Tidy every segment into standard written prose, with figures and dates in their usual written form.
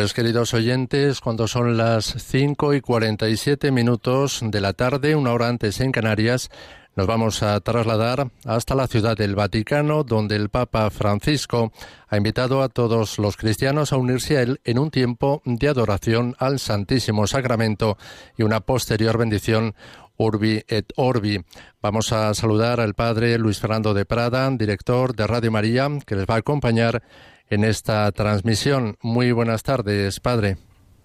Pues queridos oyentes, cuando son las 5:47 de la tarde, una hora antes en Canarias, nos vamos a trasladar hasta la Ciudad del Vaticano, donde el Papa Francisco ha invitado a todos los cristianos a unirse a él en un tiempo de adoración al Santísimo Sacramento y una posterior bendición Urbi et Orbi. Vamos a saludar al Padre Luis Fernando de Prada, director de Radio María, que les va a acompañar en esta transmisión. Muy buenas tardes, Padre.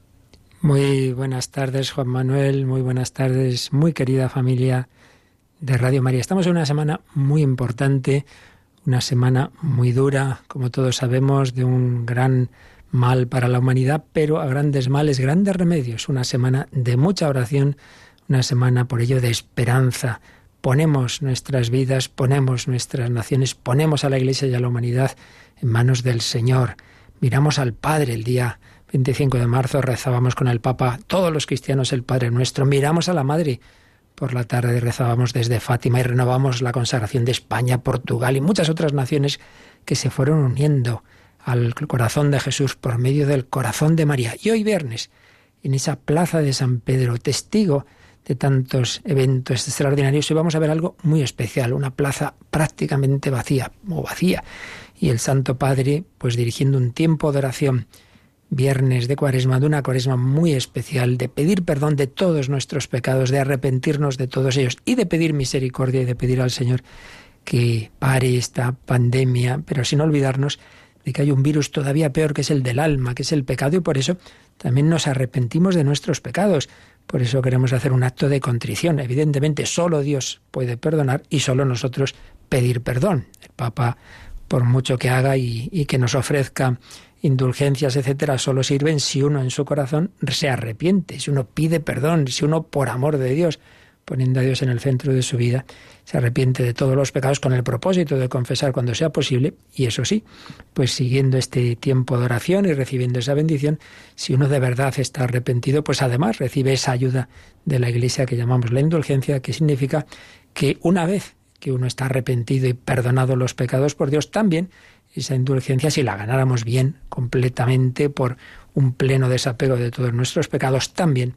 Muy buenas tardes, Juan Manuel. Muy buenas tardes, muy querida familia de Radio María. Estamos en una semana muy importante, una semana muy dura, como todos sabemos, de un gran mal para la humanidad, pero a grandes males, grandes remedios. Una semana de mucha oración, una semana por ello de esperanza. Ponemos nuestras vidas, ponemos nuestras naciones, ponemos a la Iglesia y a la humanidad en manos del Señor. Miramos al Padre. El día 25 de marzo rezábamos con el Papa, todos los cristianos, el Padre Nuestro. Miramos a la Madre. Por la tarde rezábamos desde Fátima y renovamos la consagración de España, Portugal y muchas otras naciones que se fueron uniendo al corazón de Jesús por medio del corazón de María. Y hoy viernes, en esa plaza de San Pedro, testigo de tantos eventos extraordinarios, y vamos a ver algo muy especial, una plaza prácticamente vacía. Y el Santo Padre, pues dirigiendo un tiempo de oración, viernes de Cuaresma, de una Cuaresma muy especial, de pedir perdón de todos nuestros pecados, de arrepentirnos de todos ellos y de pedir misericordia y de pedir al Señor que pare esta pandemia, pero sin olvidarnos de que hay un virus todavía peor, que es el del alma, que es el pecado, y por eso también nos arrepentimos de nuestros pecados. Por eso queremos hacer un acto de contrición. Evidentemente, solo Dios puede perdonar y solo nosotros pedir perdón. El Papa, por mucho que haga y que nos ofrezca indulgencias, etcétera, solo sirven si uno en su corazón se arrepiente, si uno pide perdón, si uno, por amor de Dios, poniendo a Dios en el centro de su vida, se arrepiente de todos los pecados con el propósito de confesar cuando sea posible, y eso sí, pues siguiendo este tiempo de oración y recibiendo esa bendición, si uno de verdad está arrepentido, pues además recibe esa ayuda de la Iglesia que llamamos la indulgencia, que significa que una vez que uno está arrepentido y perdonado los pecados por Dios, también esa indulgencia, si la ganáramos bien, completamente, por un pleno desapego de todos nuestros pecados, también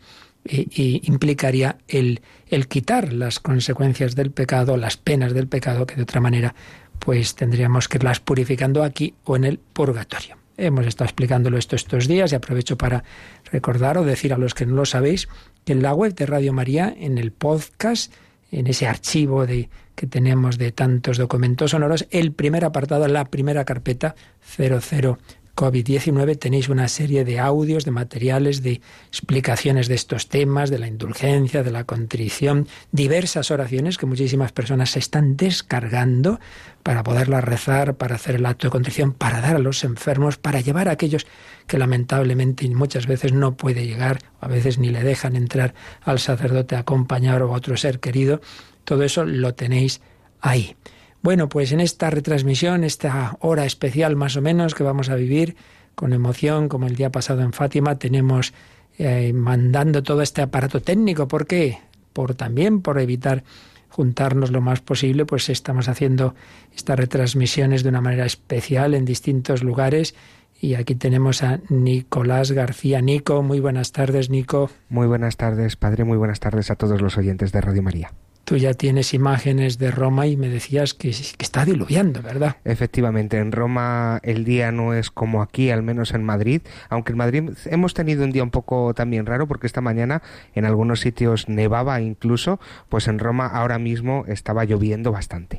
implicaría el quitar las consecuencias del pecado, las penas del pecado, que de otra manera pues tendríamos que irlas purificando aquí o en el purgatorio. Hemos estado explicándolo estos días y aprovecho para recordar o decir a los que no lo sabéis que en la web de Radio María, en el podcast, en ese archivo que tenemos de tantos documentos sonoros, el primer apartado, la primera carpeta, 00 COVID-19, tenéis una serie de audios, de materiales, de explicaciones de estos temas, de la indulgencia, de la contrición, diversas oraciones que muchísimas personas se están descargando para poderlas rezar, para hacer el acto de contrición, para dar a los enfermos, para llevar a aquellos que lamentablemente muchas veces no puede llegar, a veces ni le dejan entrar al sacerdote a acompañar o a otro ser querido. Todo eso lo tenéis ahí. Bueno, pues en esta retransmisión, esta hora especial más o menos que vamos a vivir con emoción, como el día pasado en Fátima, tenemos mandando todo este aparato técnico. ¿Por qué? También por evitar juntarnos lo más posible, pues estamos haciendo estas retransmisiones de una manera especial en distintos lugares. Y aquí tenemos a Nicolás García. Nico, muy buenas tardes, Nico. Muy buenas tardes, Padre, muy buenas tardes a todos los oyentes de Radio María. Tú ya tienes imágenes de Roma y me decías que está diluviando, ¿verdad? Efectivamente, en Roma el día no es como aquí, al menos en Madrid, aunque en Madrid hemos tenido un día un poco también raro porque esta mañana en algunos sitios nevaba incluso, pues en Roma ahora mismo estaba lloviendo bastante.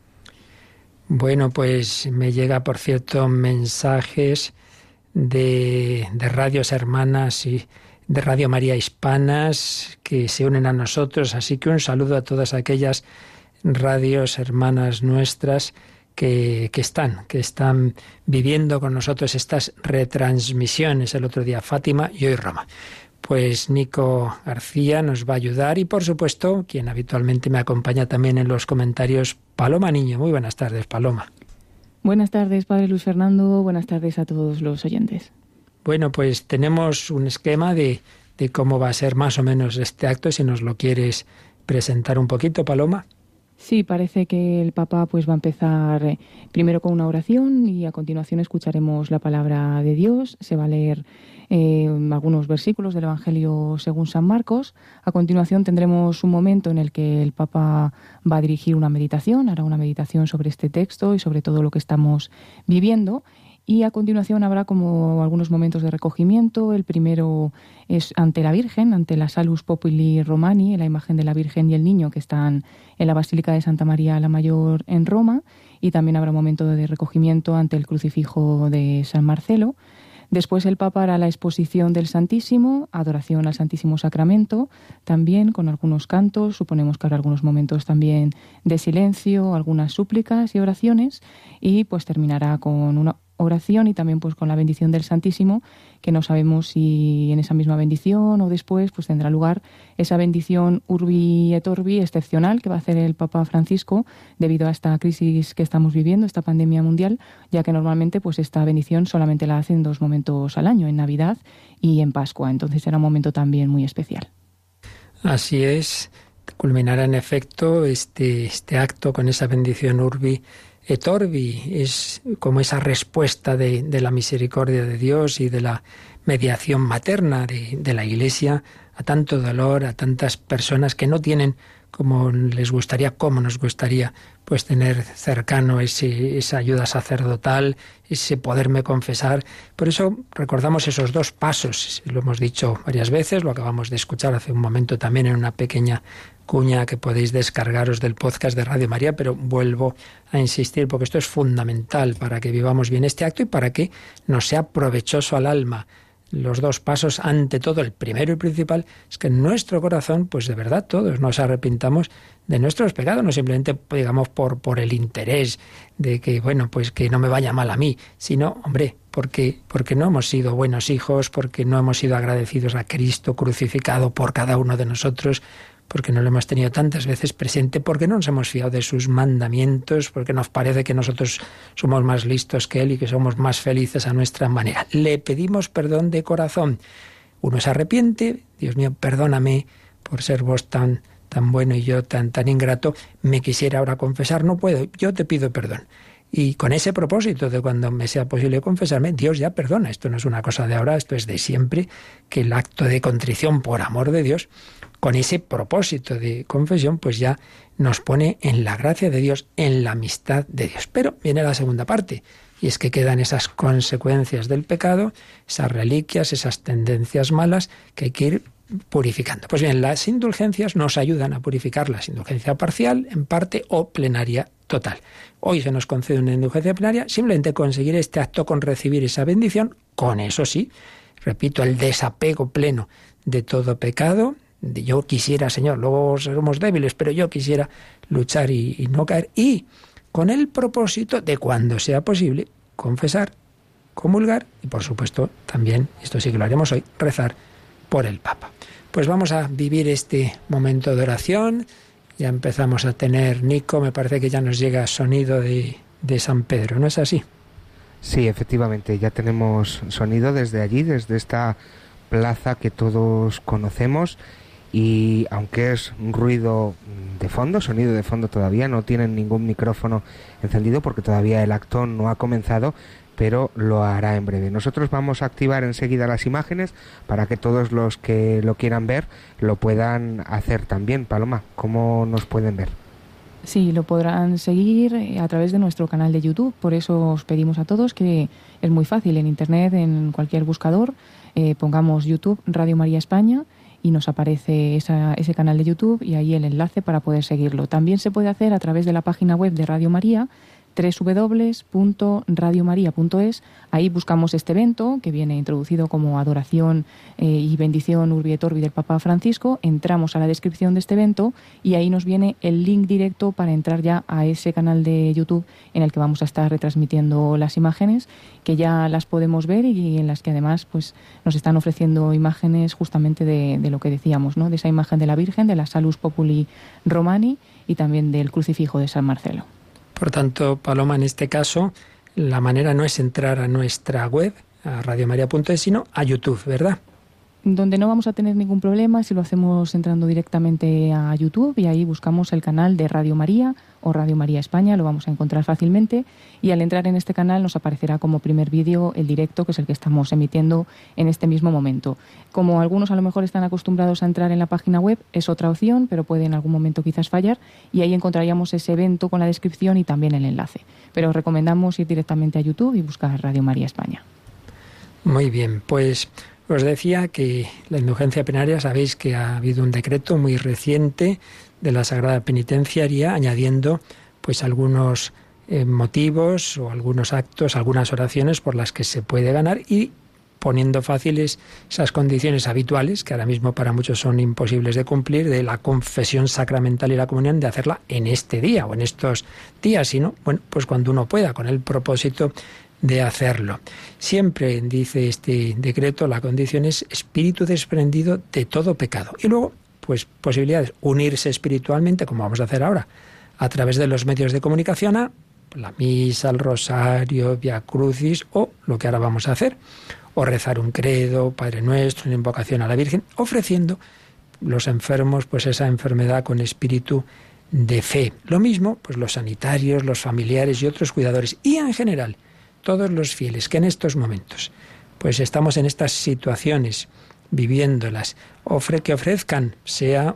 Bueno, pues me llega, por cierto, mensajes de radios hermanas y de Radio María Hispanas que se unen a nosotros, así que un saludo a todas aquellas radios hermanas nuestras que están viviendo con nosotros estas retransmisiones, el otro día Fátima y hoy Roma. Pues Nico García nos va a ayudar y, por supuesto, quien habitualmente me acompaña también en los comentarios, Paloma Niño. Muy buenas tardes, Paloma. Buenas tardes, Padre Luis Fernando. Buenas tardes a todos los oyentes. Bueno, pues tenemos un esquema de cómo va a ser más o menos este acto, si nos lo quieres presentar un poquito, Paloma. Sí, parece que el Papa pues va a empezar primero con una oración y a continuación escucharemos la palabra de Dios. Se va a leer algunos versículos del Evangelio según San Marcos. A continuación tendremos un momento en el que el Papa va a dirigir una meditación, hará una meditación sobre este texto y sobre todo lo que estamos viviendo. Y a continuación habrá como algunos momentos de recogimiento. El primero es ante la Virgen, ante la Salus Populi Romani, la imagen de la Virgen y el Niño que están en la Basílica de Santa María la Mayor en Roma. Y también habrá un momento de recogimiento ante el crucifijo de San Marcelo. Después el Papa hará la exposición del Santísimo, adoración al Santísimo Sacramento, también con algunos cantos. Suponemos que habrá algunos momentos también de silencio, algunas súplicas y oraciones. Y pues terminará con una oración y también pues con la bendición del Santísimo, que no sabemos si en esa misma bendición o después pues tendrá lugar esa bendición Urbi et Orbi excepcional que va a hacer el Papa Francisco debido a esta crisis que estamos viviendo, esta pandemia mundial, ya que normalmente pues esta bendición solamente la hacen 2 momentos al año, en Navidad y en Pascua. Entonces será un momento también muy especial. Así es, culminará en efecto este acto con esa bendición Urbi et Orbi, es como esa respuesta de la misericordia de Dios y de la mediación materna de la Iglesia a tanto dolor, a tantas personas que no tienen como les gustaría, como nos gustaría, pues tener cercano esa ayuda sacerdotal, ese poderme confesar. Por eso recordamos esos 2 pasos, lo hemos dicho varias veces, lo acabamos de escuchar hace un momento también en una pequeña cuña que podéis descargaros del podcast de Radio María, pero vuelvo a insistir porque esto es fundamental para que vivamos bien este acto y para que nos sea provechoso al alma. Los 2 pasos, ante todo, el primero y principal, es que en nuestro corazón, pues de verdad todos nos arrepintamos de nuestros pecados, no simplemente, digamos, por el interés de que, bueno, pues que no me vaya mal a mí, sino, hombre, porque no hemos sido buenos hijos, porque no hemos sido agradecidos a Cristo crucificado por cada uno de nosotros, porque no lo hemos tenido tantas veces presente, porque no nos hemos fiado de sus mandamientos, porque nos parece que nosotros somos más listos que Él y que somos más felices a nuestra manera. Le pedimos perdón de corazón. Uno se arrepiente, Dios mío, perdóname por ser vos tan bueno y yo tan ingrato, me quisiera ahora confesar, no puedo, yo te pido perdón. Y con ese propósito de cuando me sea posible confesarme, Dios ya perdona. Esto no es una cosa de ahora, esto es de siempre, que el acto de contrición por amor de Dios, con ese propósito de confesión, pues ya nos pone en la gracia de Dios, en la amistad de Dios. Pero viene la segunda parte, y es que quedan esas consecuencias del pecado, esas reliquias, esas tendencias malas que hay que ir purificando. Pues bien, las indulgencias nos ayudan a purificarlas, indulgencia parcial, en parte, o plenaria total. Hoy se nos concede una indulgencia plenaria, simplemente conseguir este acto con recibir esa bendición, con eso sí, repito, el desapego pleno de todo pecado. Yo quisiera, Señor, luego somos débiles, pero yo quisiera luchar y no caer. Y con el propósito de, cuando sea posible, confesar, comulgar y, por supuesto, también, esto sí que lo haremos hoy, rezar por el Papa. Pues vamos a vivir este momento de oración. Ya empezamos a tener, Nico, me parece que ya nos llega sonido de San Pedro, ¿no es así? Sí, efectivamente, ya tenemos sonido desde allí, desde esta plaza que todos conocemos, y aunque es un ruido de fondo, sonido de fondo todavía, no tienen ningún micrófono encendido porque todavía el acto no ha comenzado, pero lo hará en breve. Nosotros vamos a activar enseguida las imágenes para que todos los que lo quieran ver lo puedan hacer también. Paloma, ¿cómo nos pueden ver? Sí, lo podrán seguir a través de nuestro canal de YouTube. Por eso os pedimos a todos que es muy fácil. En Internet, en cualquier buscador, pongamos YouTube Radio María España y nos aparece ese canal de YouTube y ahí el enlace para poder seguirlo. También se puede hacer a través de la página web de Radio María, www.radiomaria.es. Ahí buscamos este evento que viene introducido como adoración y bendición Urbi et Orbi del Papa Francisco. Entramos a la descripción de este evento y ahí nos viene el link directo para entrar ya a ese canal de YouTube en el que vamos a estar retransmitiendo las imágenes, que ya las podemos ver y en las que además pues nos están ofreciendo imágenes justamente de lo que decíamos, ¿no? De esa imagen de la Virgen, de la Salus Populi Romani y también del crucifijo de San Marcelo. Por tanto, Paloma, en este caso, la manera no es entrar a nuestra web, a radiomaria.es, sino a YouTube, ¿verdad? Donde no vamos a tener ningún problema si lo hacemos entrando directamente a YouTube, y ahí buscamos el canal de Radio María o Radio María España, lo vamos a encontrar fácilmente, y al entrar en este canal nos aparecerá como primer vídeo el directo, que es el que estamos emitiendo en este mismo momento. Como algunos a lo mejor están acostumbrados a entrar en la página web, es otra opción, pero puede en algún momento quizás fallar, y ahí encontraríamos ese evento con la descripción y también el enlace. Pero os recomendamos ir directamente a YouTube y buscar Radio María España. Muy bien, pues os decía que la indulgencia plenaria, sabéis que ha habido un decreto muy reciente de la Sagrada Penitenciaria añadiendo pues algunos motivos o algunos actos, algunas oraciones por las que se puede ganar, y poniendo fáciles esas condiciones habituales que ahora mismo para muchos son imposibles de cumplir, de la confesión sacramental y la comunión, de hacerla en este día o en estos días, sino, bueno, pues cuando uno pueda, con el propósito de hacerlo. Siempre, dice este decreto, la condición es espíritu desprendido de todo pecado. Y luego, pues posibilidades, unirse espiritualmente, como vamos a hacer ahora, a través de los medios de comunicación, a la misa, el rosario, Vía Crucis, o lo que ahora vamos a hacer, o rezar un credo, Padre Nuestro, una invocación a la Virgen, ofreciendo los enfermos pues esa enfermedad con espíritu de fe. Lo mismo, pues los sanitarios, los familiares y otros cuidadores, y en general todos los fieles que en estos momentos pues estamos en estas situaciones viviéndolas, que ofrezcan, sea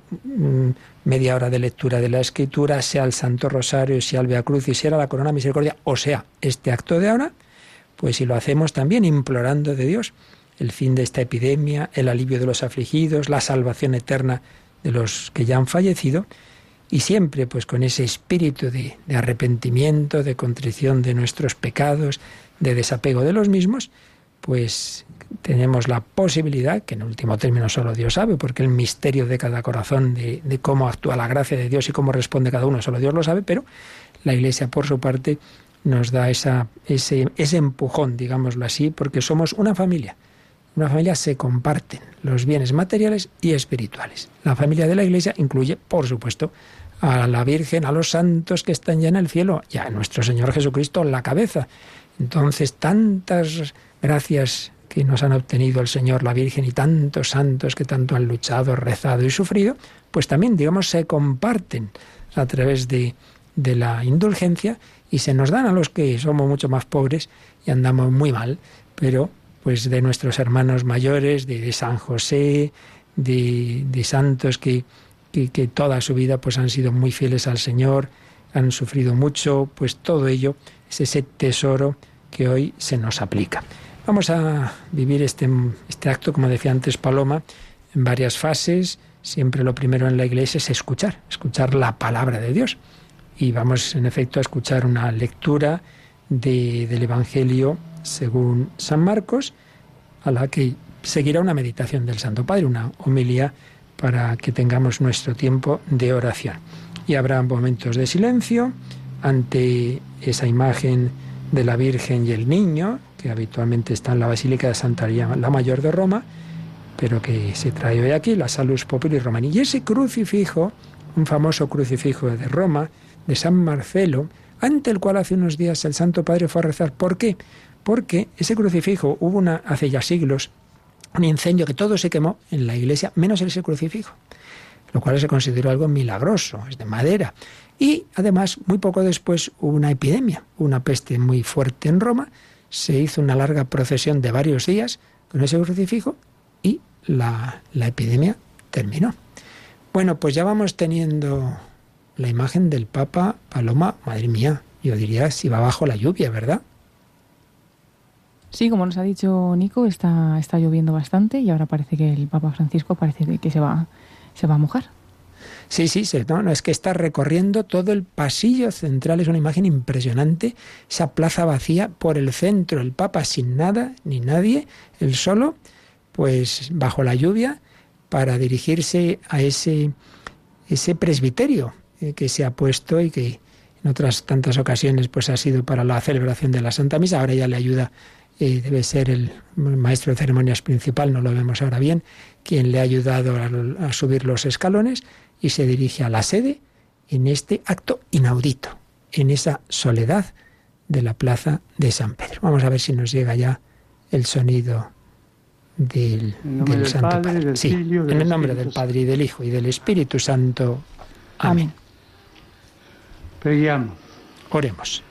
media hora de lectura de la Escritura, sea el Santo Rosario, sea el Vía Crucis, sea la Corona Misericordia, o sea este acto de ahora, pues si lo hacemos también implorando de Dios el fin de esta epidemia, el alivio de los afligidos, la salvación eterna de los que ya han fallecido, y siempre pues con ese espíritu de arrepentimiento, de contrición de nuestros pecados, de desapego de los mismos, pues tenemos la posibilidad, que en último término solo Dios sabe, porque el misterio de cada corazón, de cómo actúa la gracia de Dios y cómo responde cada uno, solo Dios lo sabe, pero la Iglesia por su parte nos da ese empujón, digámoslo así, porque somos una familia. Una familia se comparten los bienes materiales y espirituales. La familia de la Iglesia incluye, por supuesto, a la Virgen, a los santos que están ya en el cielo, y a nuestro Señor Jesucristo la cabeza. Entonces, tantas gracias que nos han obtenido el Señor, la Virgen, y tantos santos que tanto han luchado, rezado y sufrido, pues también, digamos, se comparten a través de la indulgencia, y se nos dan a los que somos mucho más pobres y andamos muy mal, pero pues de nuestros hermanos mayores, de San José, de santos que toda su vida pues han sido muy fieles al Señor, han sufrido mucho, pues todo ello es ese tesoro que hoy se nos aplica. Vamos a vivir este acto, como decía antes Paloma, en varias fases. Siempre lo primero en la Iglesia es escuchar la palabra de Dios. Y vamos, en efecto, a escuchar una lectura del Evangelio según San Marcos, a la que seguirá una meditación del Santo Padre, una homilía para que tengamos nuestro tiempo de oración. Y habrá momentos de silencio ante esa imagen de la Virgen y el Niño, que habitualmente está en la Basílica de Santa María la Mayor de Roma, pero que se trae hoy aquí, la Salus Populi Romani. Y ese crucifijo, un famoso crucifijo de Roma, de San Marcelo, ante el cual hace unos días el Santo Padre fue a rezar. ¿Por qué? Porque ese crucifijo, hubo hace ya siglos, un incendio que todo se quemó en la iglesia, menos ese crucifijo, lo cual se consideró algo milagroso, es de madera. Y además, muy poco después hubo una epidemia, una peste muy fuerte en Roma, se hizo una larga procesión de varios días con ese crucifijo y la epidemia terminó. Bueno, pues ya vamos teniendo la imagen del Papa. Paloma, madre mía, yo diría si va bajo la lluvia, ¿verdad? Sí, como nos ha dicho Nico, está lloviendo bastante y ahora parece que el Papa Francisco parece que se va a mojar. Sí, no, es que está recorriendo todo el pasillo central, es una imagen impresionante, esa plaza vacía por el centro, el Papa sin nada ni nadie, él solo, pues bajo la lluvia, para dirigirse a ese presbiterio que se ha puesto y que en otras tantas ocasiones pues ha sido para la celebración de la Santa Misa. Ahora ya le ayuda, debe ser el maestro de ceremonias principal, no lo vemos ahora bien, quien le ha ayudado a subir los escalones, y se dirige a la sede en este acto inaudito, en esa soledad de la plaza de San Pedro. Vamos a ver si nos llega ya el sonido del Santo Padre. Sí, en el nombre del Padre y del Hijo y del Espíritu Santo. Amén. Preghiamo. Oremos.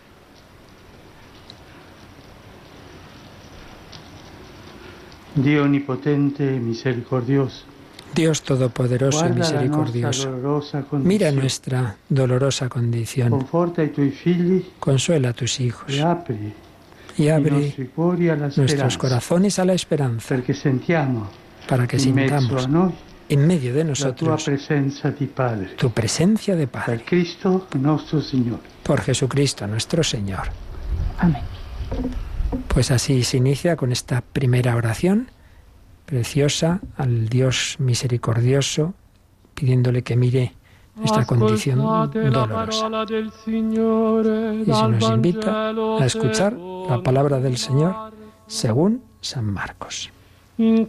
Dio onnipotente e misericordioso, Dios todopoderoso y misericordioso, mira nuestra dolorosa condición, conforta i tuoi figli consuela a tus hijos e apri y i abre nostri cuori alla nuestros speranza, corazones a la esperanza, perché sentiamo para que in mezzo sintamos a noi en medio de la tua nosotros presenza di Padre, tu presencia de per Padre, Cristo nostro Signore. por Jesucristo nuestro Señor. Amén. Pues así se inicia con esta primera oración preciosa al Dios misericordioso, pidiéndole que mire nuestra condición dolorosa. Y se nos invita a escuchar la palabra del Señor según San Marcos. Un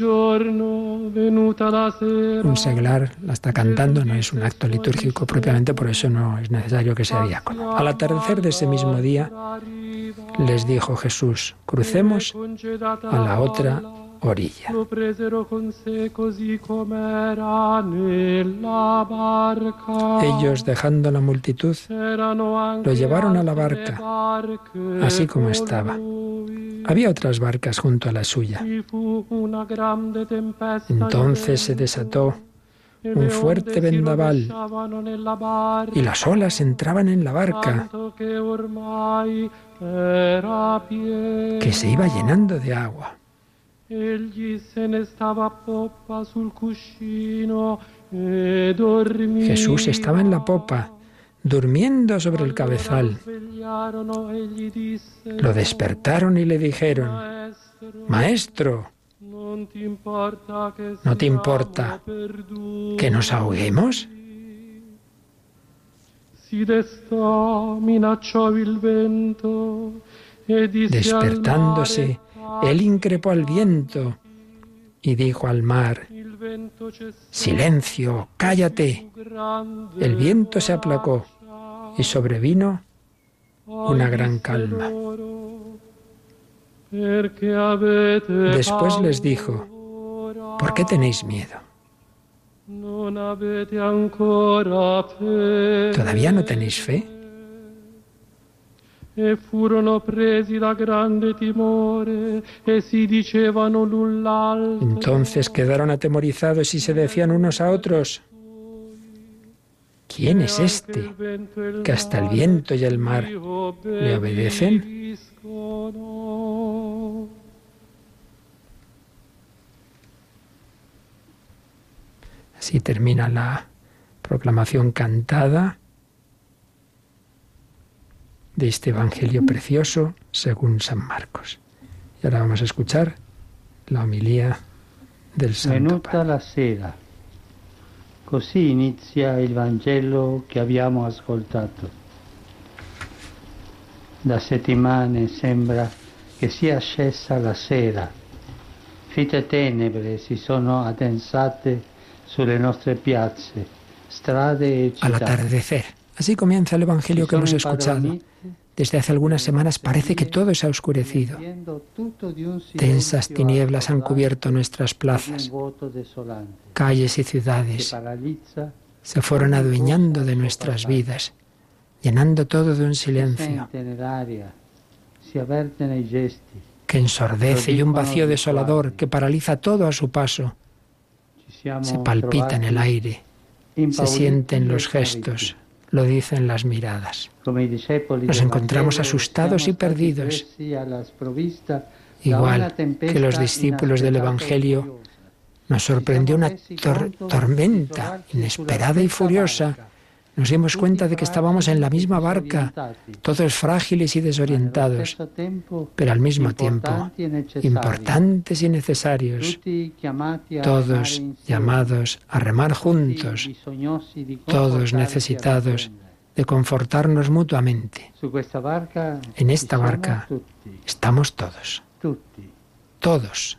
seglar la está cantando, no es un acto litúrgico propiamente, por eso no es necesario que sea diácono. Al atardecer de ese mismo día les dijo Jesús: crucemos a la otra orilla. Ellos, dejando la multitud, lo llevaron a la barca, así como estaba. Había otras barcas junto a la suya. Entonces se desató un fuerte vendaval y las olas entraban en la barca, que se iba llenando de agua. Jesús estaba en la popa, durmiendo sobre el cabezal. Lo despertaron y le dijeron: Maestro, ¿no te importa que nos ahoguemos? Despertándose, él increpó al viento y dijo al mar: Silencio, cállate. El viento se aplacó y sobrevino una gran calma. Después les dijo: ¿por qué tenéis miedo? ¿Todavía no tenéis fe? Entonces quedaron atemorizados y se decían unos a otros: ¿quién es este que hasta el viento y el mar le obedecen? Así termina la proclamación cantada de este Evangelio precioso según San Marcos. Y ahora vamos a escuchar la homilía del Santo Padre. Venuta la sera, così inizia il Vangelo che abbiamo ascoltato. Da settimane sembra che sia scesa la sera. Fitte tenebre si sono addensate sulle nostre piazze, strade e città. Al atardecer. Así comienza el Evangelio que hemos escuchado. Desde hace algunas semanas parece que todo se ha oscurecido. Densas tinieblas han cubierto nuestras plazas. Calles y ciudades se fueron adueñando de nuestras vidas, llenando todo de un silencio que ensordece y un vacío desolador que paraliza todo a su paso. Se palpita en el aire, se siente en los gestos, lo dicen las miradas. Nos encontramos asustados y perdidos, igual que los discípulos del Evangelio. Nos sorprendió una tormenta inesperada y furiosa. Nos dimos cuenta de que estábamos en la misma barca, todos frágiles y desorientados, pero al mismo tiempo importantes y necesarios, todos llamados a remar juntos, todos necesitados de confortarnos mutuamente. En esta barca estamos todos, todos.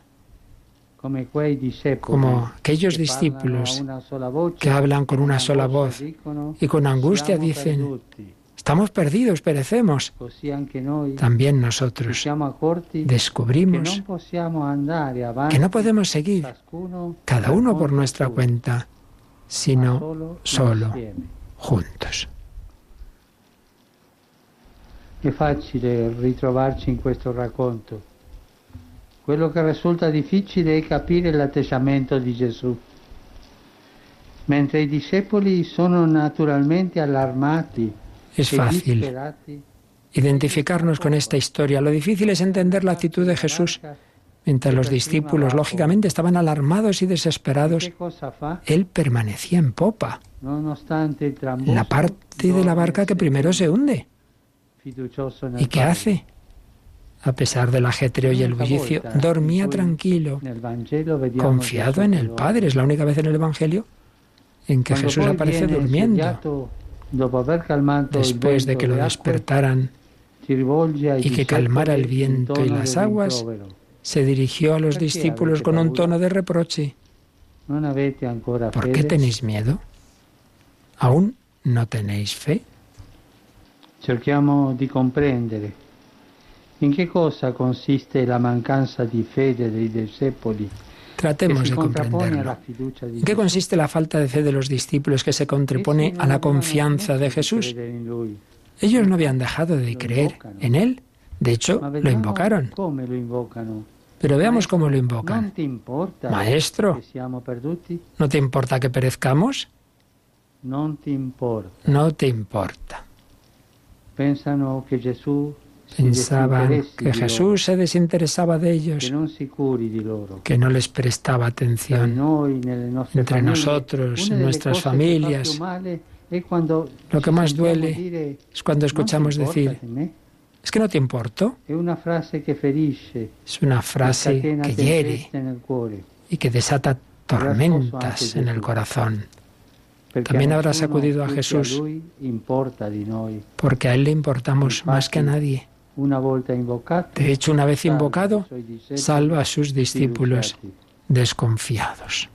Como aquellos discípulos que hablan con una sola voz y con angustia dicen: estamos perdidos, perecemos. También nosotros descubrimos que no podemos seguir cada uno por nuestra cuenta, sino solo juntos. È facile ritrovarci in questo racconto. Quello che risulta difficile è capire l'atteggiamento di Gesù. Mentre i discepoli sono naturalmente allarmati. Es fácil identificarnos con esta historia. Lo difícil es entender la actitud de Jesús. Mientras los discípulos, lógicamente, estaban alarmados y desesperados, Él permanecía en popa, la parte de la barca que primero se hunde. ¿Y qué hace? A pesar del ajetreo y el bullicio, dormía tranquilo, confiado en el Padre. Es la única vez en el Evangelio en que Jesús aparece durmiendo. Después de que lo despertaran y que calmara el viento y las aguas, se dirigió a los discípulos con un tono de reproche. ¿Por qué tenéis miedo? ¿Aún no tenéis fe? Cerchiamo di comprendere in che cosa consiste la mancanza di fede dei discepoli. Tratemos de comprenderlo. ¿En qué consiste la falta de fe de los discípulos que se contrapone a la confianza de Jesús? Ellos no habían dejado de creer en Él. De hecho, lo invocaron. Pero veamos cómo lo invocan. Maestro, ¿no te importa que perezcamos? No te importa. Pensaban que Jesús se desinteresaba de ellos, que no les prestaba atención. Entre nosotros, en nuestras familias, lo que más duele es cuando escuchamos decir: ¿es que no te importo? Es una frase que hiere y que desata tormentas en el corazón. También habrá sacudido a Jesús, porque a Él le importamos más que a nadie. De hecho, una vez invocado, salva a sus discípulos desconfiados.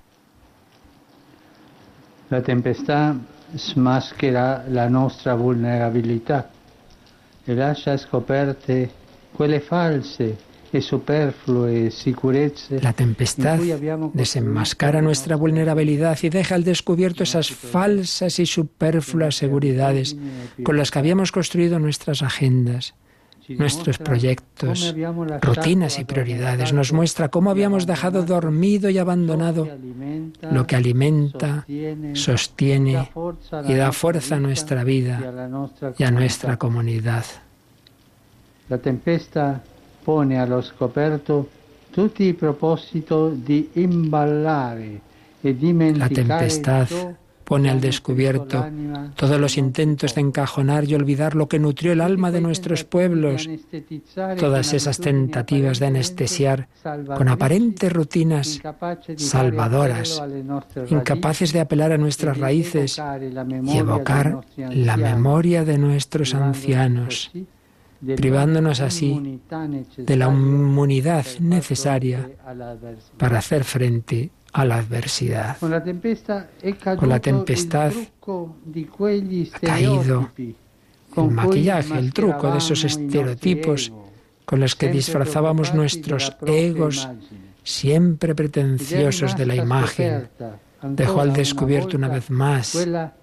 La tempestad smaschera la nostra vulnerabilità e lascia scoperte quelle false e superflue sicurezze. La tempestad desenmascara nuestra vulnerabilidad y deja al descubierto esas falsas y superfluas seguridades con las que habíamos construido nuestras agendas, nuestros proyectos, rutinas y prioridades. Nos muestra cómo habíamos dejado dormido y abandonado lo que alimenta, sostiene y da fuerza a nuestra vida y a nuestra comunidad. La tempesta pone allo scoperto tutti i propositi di imballare e dimenticare. La tempestad pone al descubierto todos los intentos de encajonar y olvidar lo que nutrió el alma de nuestros pueblos, todas esas tentativas de anestesiar con aparentes rutinas salvadoras, incapaces de apelar a nuestras raíces y evocar la memoria de nuestros ancianos, privándonos así de la inmunidad necesaria para hacer frente a la adversidad. Con la tempestad ha caído el maquillaje, el truco de esos estereotipos con los que disfrazábamos nuestros egos siempre pretenciosos de la imagen. Dejó al descubierto una vez más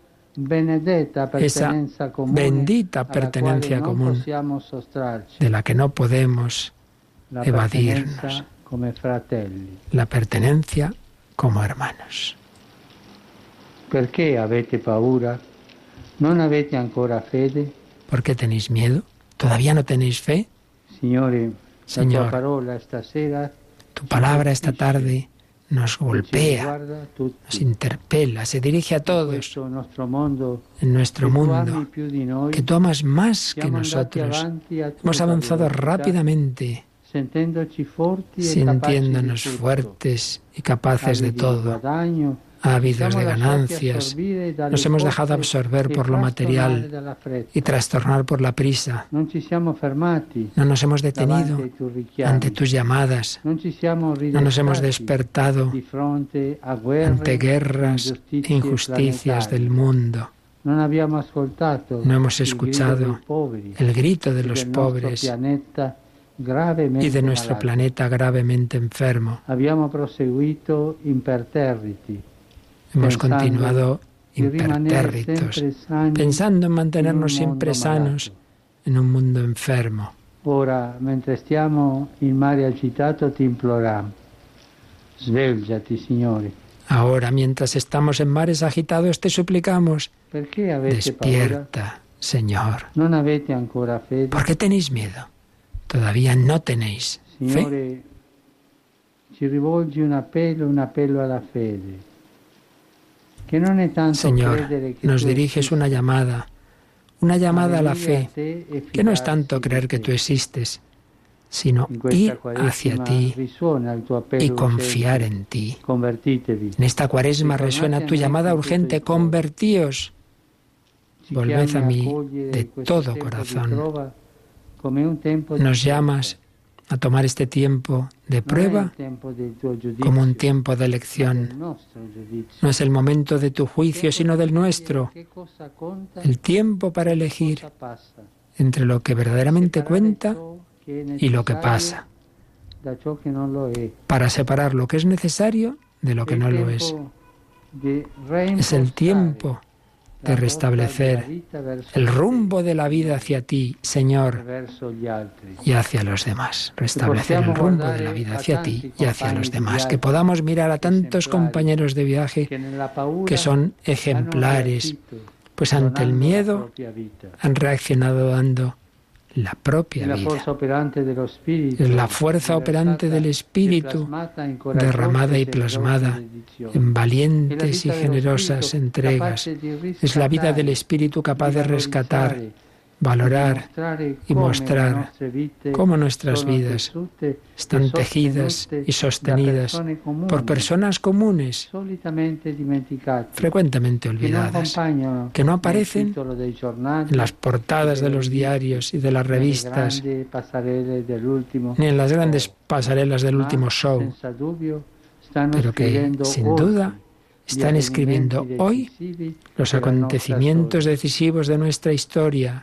esa bendita pertenencia común de la que no podemos evadirnos, la pertenencia como hermanos. ¿Por qué avete paura? ¿Non avete ancora fede? ¿Por qué tenéis miedo? ¿Todavía no tenéis fe? Señor, tu palabra esta tarde nos golpea, nos interpela, se dirige a todos en nuestro mundo, que tú amas más que nosotros. Hemos avanzado rápidamente, sintiéndonos fuertes y capaces de todo, ávidos de ganancias. Nos hemos dejado absorber por lo material y trastornar por la prisa. No nos hemos detenido ante tus llamadas. No nos hemos despertado ante guerras e injusticias del mundo. No hemos escuchado el grito de los pobres y de nuestro planeta gravemente enfermo. Hemos continuado impertérritos, pensando en mantenernos siempre sanos en un mundo enfermo. Ora, mentre stiamo in mare agitato, ti imploriamo. Svegliati, Signore. Ahora, mientras estamos en mares agitados, te suplicamos, despierta, Señor. Non avete ancora fede? ¿Por qué tenéis miedo? Todavía no tenéis fe. Signore, ci rivolgi un appello alla fede. Che non è tanto Señor, credere che nos tu diriges una llamada a la fe, que no es tanto creer que tú existes, sino ir hacia ti y confiar en ti. En esta Cuaresma resuena tu llamada urgente, convertíos, volved a mí de todo corazón. Nos llamas a tomar este tiempo de prueba como un tiempo de elección. No es el momento de tu juicio, sino del nuestro. El tiempo para elegir entre lo que verdaderamente cuenta y lo que pasa. Para separar lo que es necesario de lo que no lo es. Es el tiempo de restablecer el rumbo de la vida hacia ti, Señor, y hacia los demás. Restablecer el rumbo de la vida hacia ti y hacia los demás. Que podamos mirar a tantos compañeros de viaje que son ejemplares, pues ante el miedo han reaccionado dando la propia vida. Es la fuerza operante del Espíritu, derramada y plasmada en valientes y generosas entregas. Es la vida del Espíritu capaz de rescatar, valorar y mostrar cómo nuestras vidas están tejidas y sostenidas por personas comunes, frecuentemente olvidadas, que no aparecen en las portadas de los diarios y de las revistas, ni en las grandes pasarelas del último show, pero que, sin duda, están escribiendo hoy los acontecimientos decisivos de nuestra historia.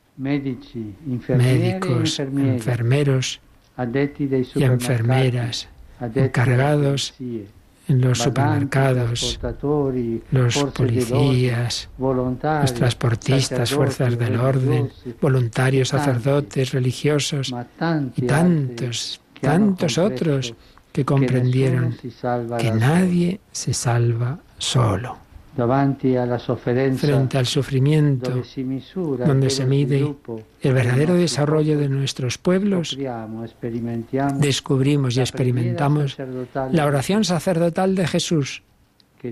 Médicos, enfermeros y enfermeras, encargados en los supermercados, los policías, los transportistas, fuerzas del orden, voluntarios, sacerdotes, religiosos y tantos otros que comprendieron que nadie se salva solo. Frente al sufrimiento, donde se mide el verdadero desarrollo de nuestros pueblos, descubrimos y experimentamos la oración sacerdotal de Jesús, que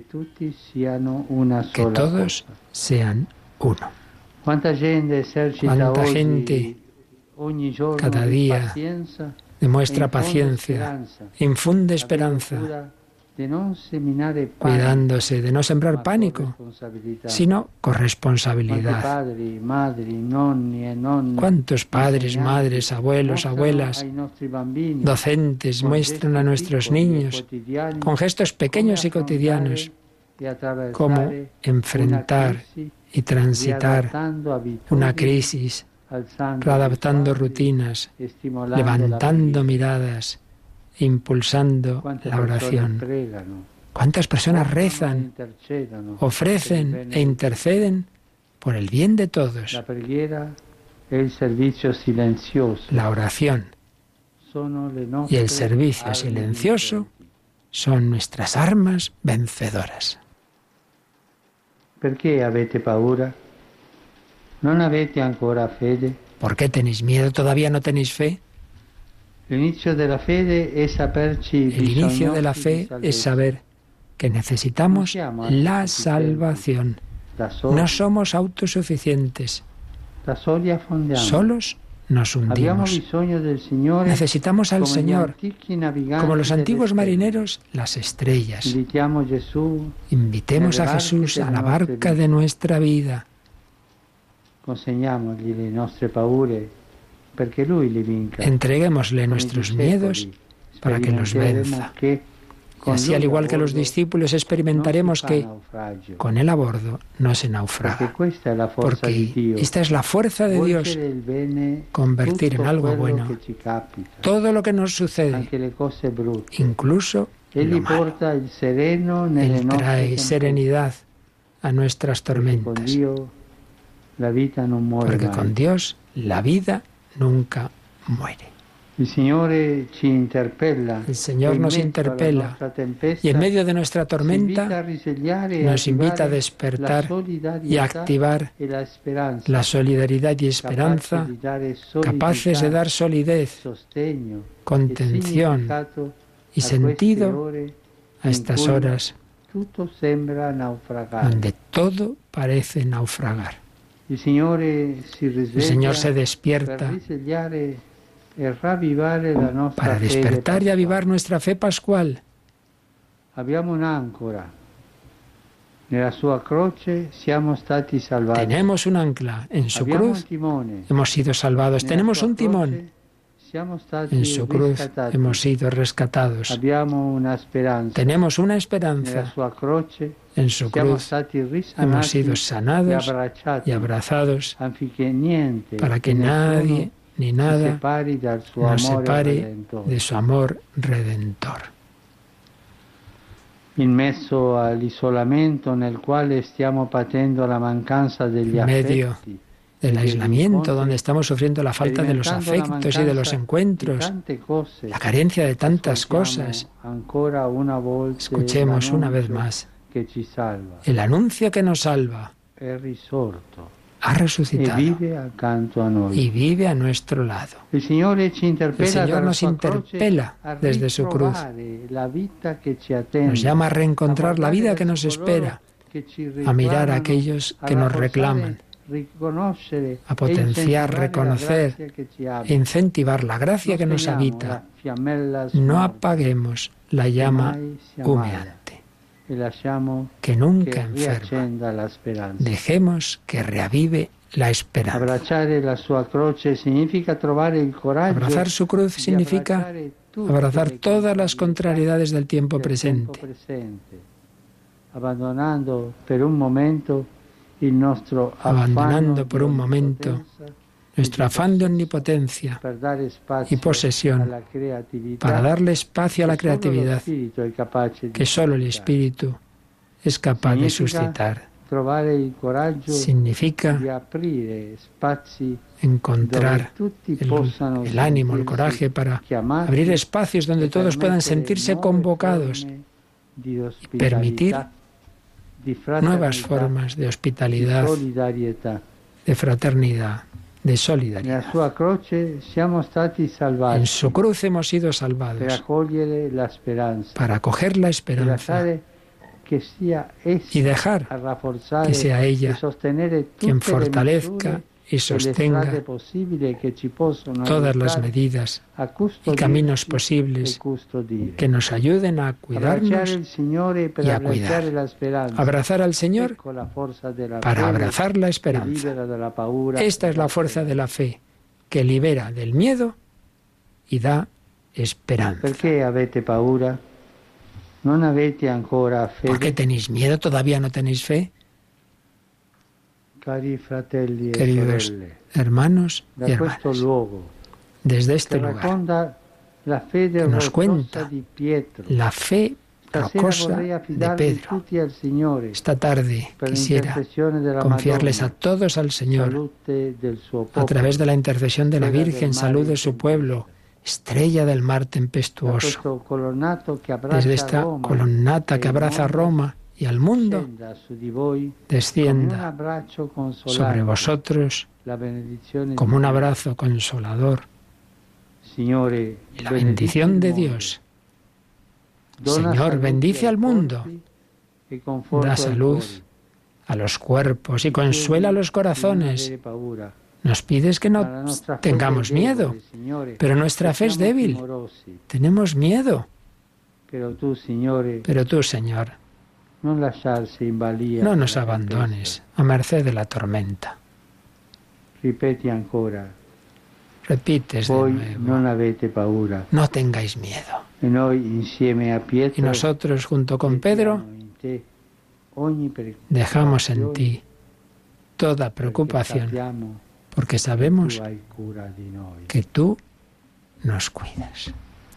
todos sean uno. ¿Cuánta gente cada día demuestra paciencia, infunde esperanza, cuidándose de no sembrar pánico, sino corresponsabilidad? ¿Cuántos padres, madres, abuelos, abuelas, docentes muestran a nuestros niños, con gestos pequeños y cotidianos, cómo enfrentar y transitar una crisis, readaptando rutinas, levantando miradas, impulsando la oración? ¿Cuántas personas rezan, ofrecen e interceden por el bien de todos? La oración y el servicio silencioso son nuestras armas vencedoras. ¿Por qué avete paura? ¿Non avete ancora fede? ¿Por qué tenéis miedo? ¿Todavía no tenéis fe? El inicio de la fe es saber que necesitamos la salvación. No somos autosuficientes. Solos nos hundimos. Necesitamos al Señor, como los antiguos marineros, las estrellas. Invitemos a Jesús a la barca de nuestra vida. Entreguémosle nuestros miedos para que los venza. Y así, al igual que los discípulos, experimentaremos que con Él a bordo no se naufraga. Porque esta es la fuerza de Dios, convertir en algo bueno todo lo que nos sucede, incluso lo malo. Él trae serenidad a nuestras tormentas. Porque con Dios la vida nunca muere. El Señor nos interpela y en medio de nuestra tormenta nos invita a despertar y a activar la solidaridad y esperanza, capaces de dar solidez, contención y sentido a estas horas donde todo parece naufragar. El Señor se despierta para despertar y avivar nuestra fe pascual. Tenemos un ancla en su cruz, hemos sido salvados. Tenemos un timón, en su cruz hemos sido rescatados. Tenemos una esperanza, en su cruz hemos sido sanados y abrazados para que nadie ni nada nos separe de su amor redentor. En medio del aislamiento, donde estamos sufriendo la falta de los afectos y de los encuentros, la carencia de tantas cosas, escuchemos una vez más el anuncio que nos salva. Ha resucitado y vive a nuestro lado. El Señor nos interpela desde su cruz. Nos llama a reencontrar la vida que nos espera, a mirar a aquellos que nos reclaman, a potenciar, reconocer e incentivar la gracia que nos habita. No apaguemos la llama humeante, que nunca enferma. Dejemos que reavive la esperanza. Abrazar su cruz significa abrazar todas las contrariedades del tiempo presente, abandonando por un momento nuestro afán de omnipotencia y posesión, para darle espacio a la creatividad que solo el Espíritu es capaz de suscitar. Significa encontrar el ánimo, el coraje para abrir espacios donde todos puedan sentirse convocados y permitir nuevas formas de hospitalidad, de fraternidad, de solidaridad. En su cruz hemos sido salvados para acoger la esperanza y dejar que sea ella quien fortalezca y sostenga todas las medidas y caminos posibles que nos ayuden a cuidarnos y a cuidar. Abrazar al Señor para abrazar la esperanza. Esta es la fuerza de la fe, que libera del miedo y da esperanza. ¿Por qué tenéis miedo? ¿Todavía no tenéis fe? Queridos hermanos y hermanas, desde este lugar que nos cuenta la fe rocosa de Pedro, esta tarde quisiera confiarles a todos al Señor a través de la intercesión de la Virgen, salud de su pueblo, estrella del mar tempestuoso, desde esta colonnata que abraza a Roma y al mundo, descienda sobre vosotros como un abrazo consolador y la bendición de Dios. Señor, bendice al mundo, da salud a los cuerpos y consuela a los corazones. Nos pides que no tengamos miedo, pero nuestra fe es débil. Tenemos miedo. Pero tú, Señor, no nos abandones a merced de la tormenta. Repites de Voi nuevo. non avete paura. No tengáis miedo. E noi insieme a Pietro Y nosotros, junto con Pedro, mettiamo in te ogni dejamos en preoccupazione, ti toda perché preocupación, sappiamo porque che sabemos tu hai cura di noi. que tú nos cuidas.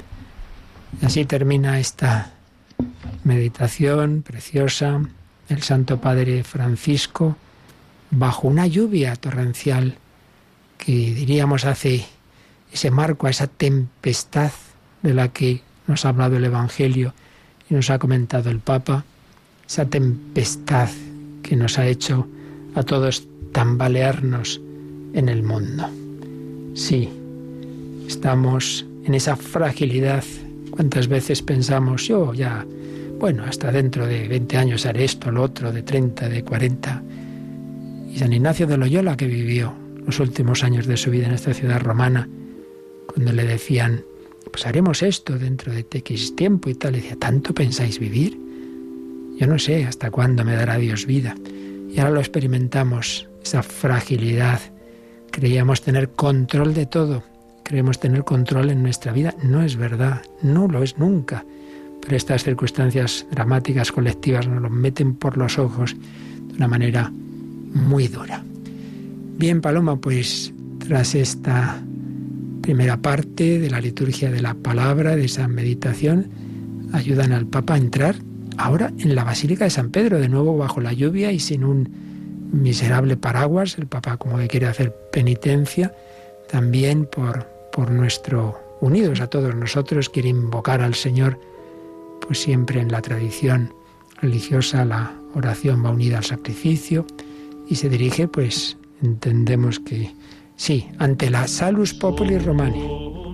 Y así termina esta meditación preciosa del Santo Padre Francisco bajo una lluvia torrencial que diríamos hace ese marco a esa tempestad de la que nos ha hablado el Evangelio y nos ha comentado el Papa, esa tempestad que nos ha hecho a todos tambalearnos en el mundo. Sí, estamos en esa fragilidad. ¿Cuántas veces pensamos, yo ya, bueno, hasta dentro de 20 años haré esto, lo otro, de 30, de 40? Y San Ignacio de Loyola, que vivió los últimos años de su vida en esta ciudad romana, cuando le decían, pues haremos esto dentro de X tiempo y tal, le decía, ¿tanto pensáis vivir? Yo no sé hasta cuándo me dará Dios vida. Y ahora lo experimentamos, esa fragilidad. Creíamos tener control de todo, creemos tener control en nuestra vida. No es verdad, no lo es nunca. Pero estas circunstancias dramáticas colectivas nos lo meten por los ojos de una manera muy dura. Bien, Paloma, pues tras esta primera parte de la liturgia de la palabra, de esa meditación, ayudan al Papa a entrar ahora en la Basílica de San Pedro, de nuevo bajo la lluvia y sin un miserable paraguas. El Papa como que quiere hacer penitencia también por nuestro, unidos a todos nosotros, quiere invocar al Señor, pues siempre en la tradición religiosa la oración va unida al sacrificio y se dirige, pues entendemos que sí, ante la Salus Populi Romani.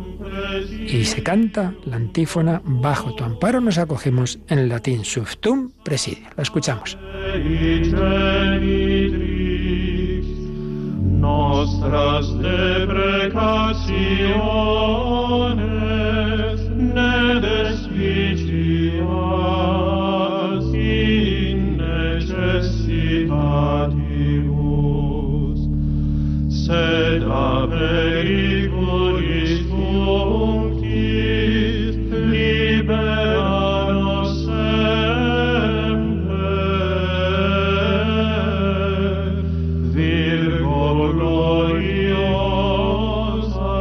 Y se canta la antífona, bajo tu amparo nos acogemos, en latín, Suftum Presidio. La escuchamos. Nostras deprecaciones ne desficias in necessitatibus, sed a periculis functis libera nos semper. Virgo gloriosa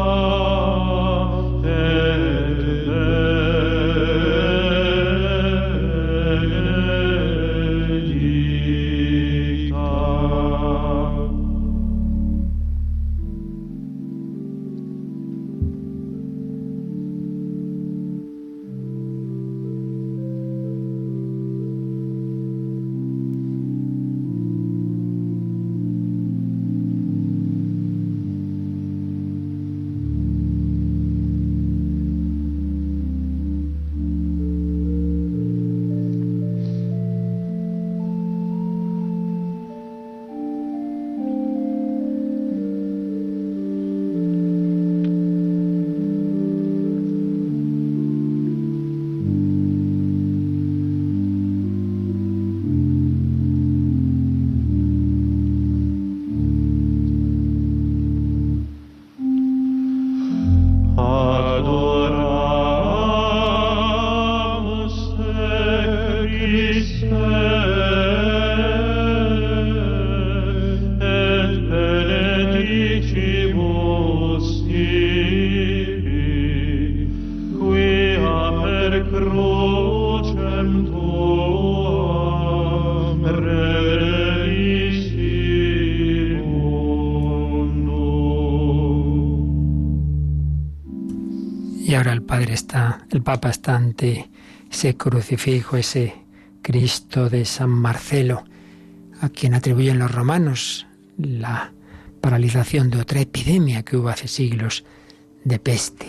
Y ahora el Papa está ante ese crucifijo, ese Cristo de San Marcelo, a quien atribuyen los romanos la paralización de otra epidemia que hubo hace siglos, de peste.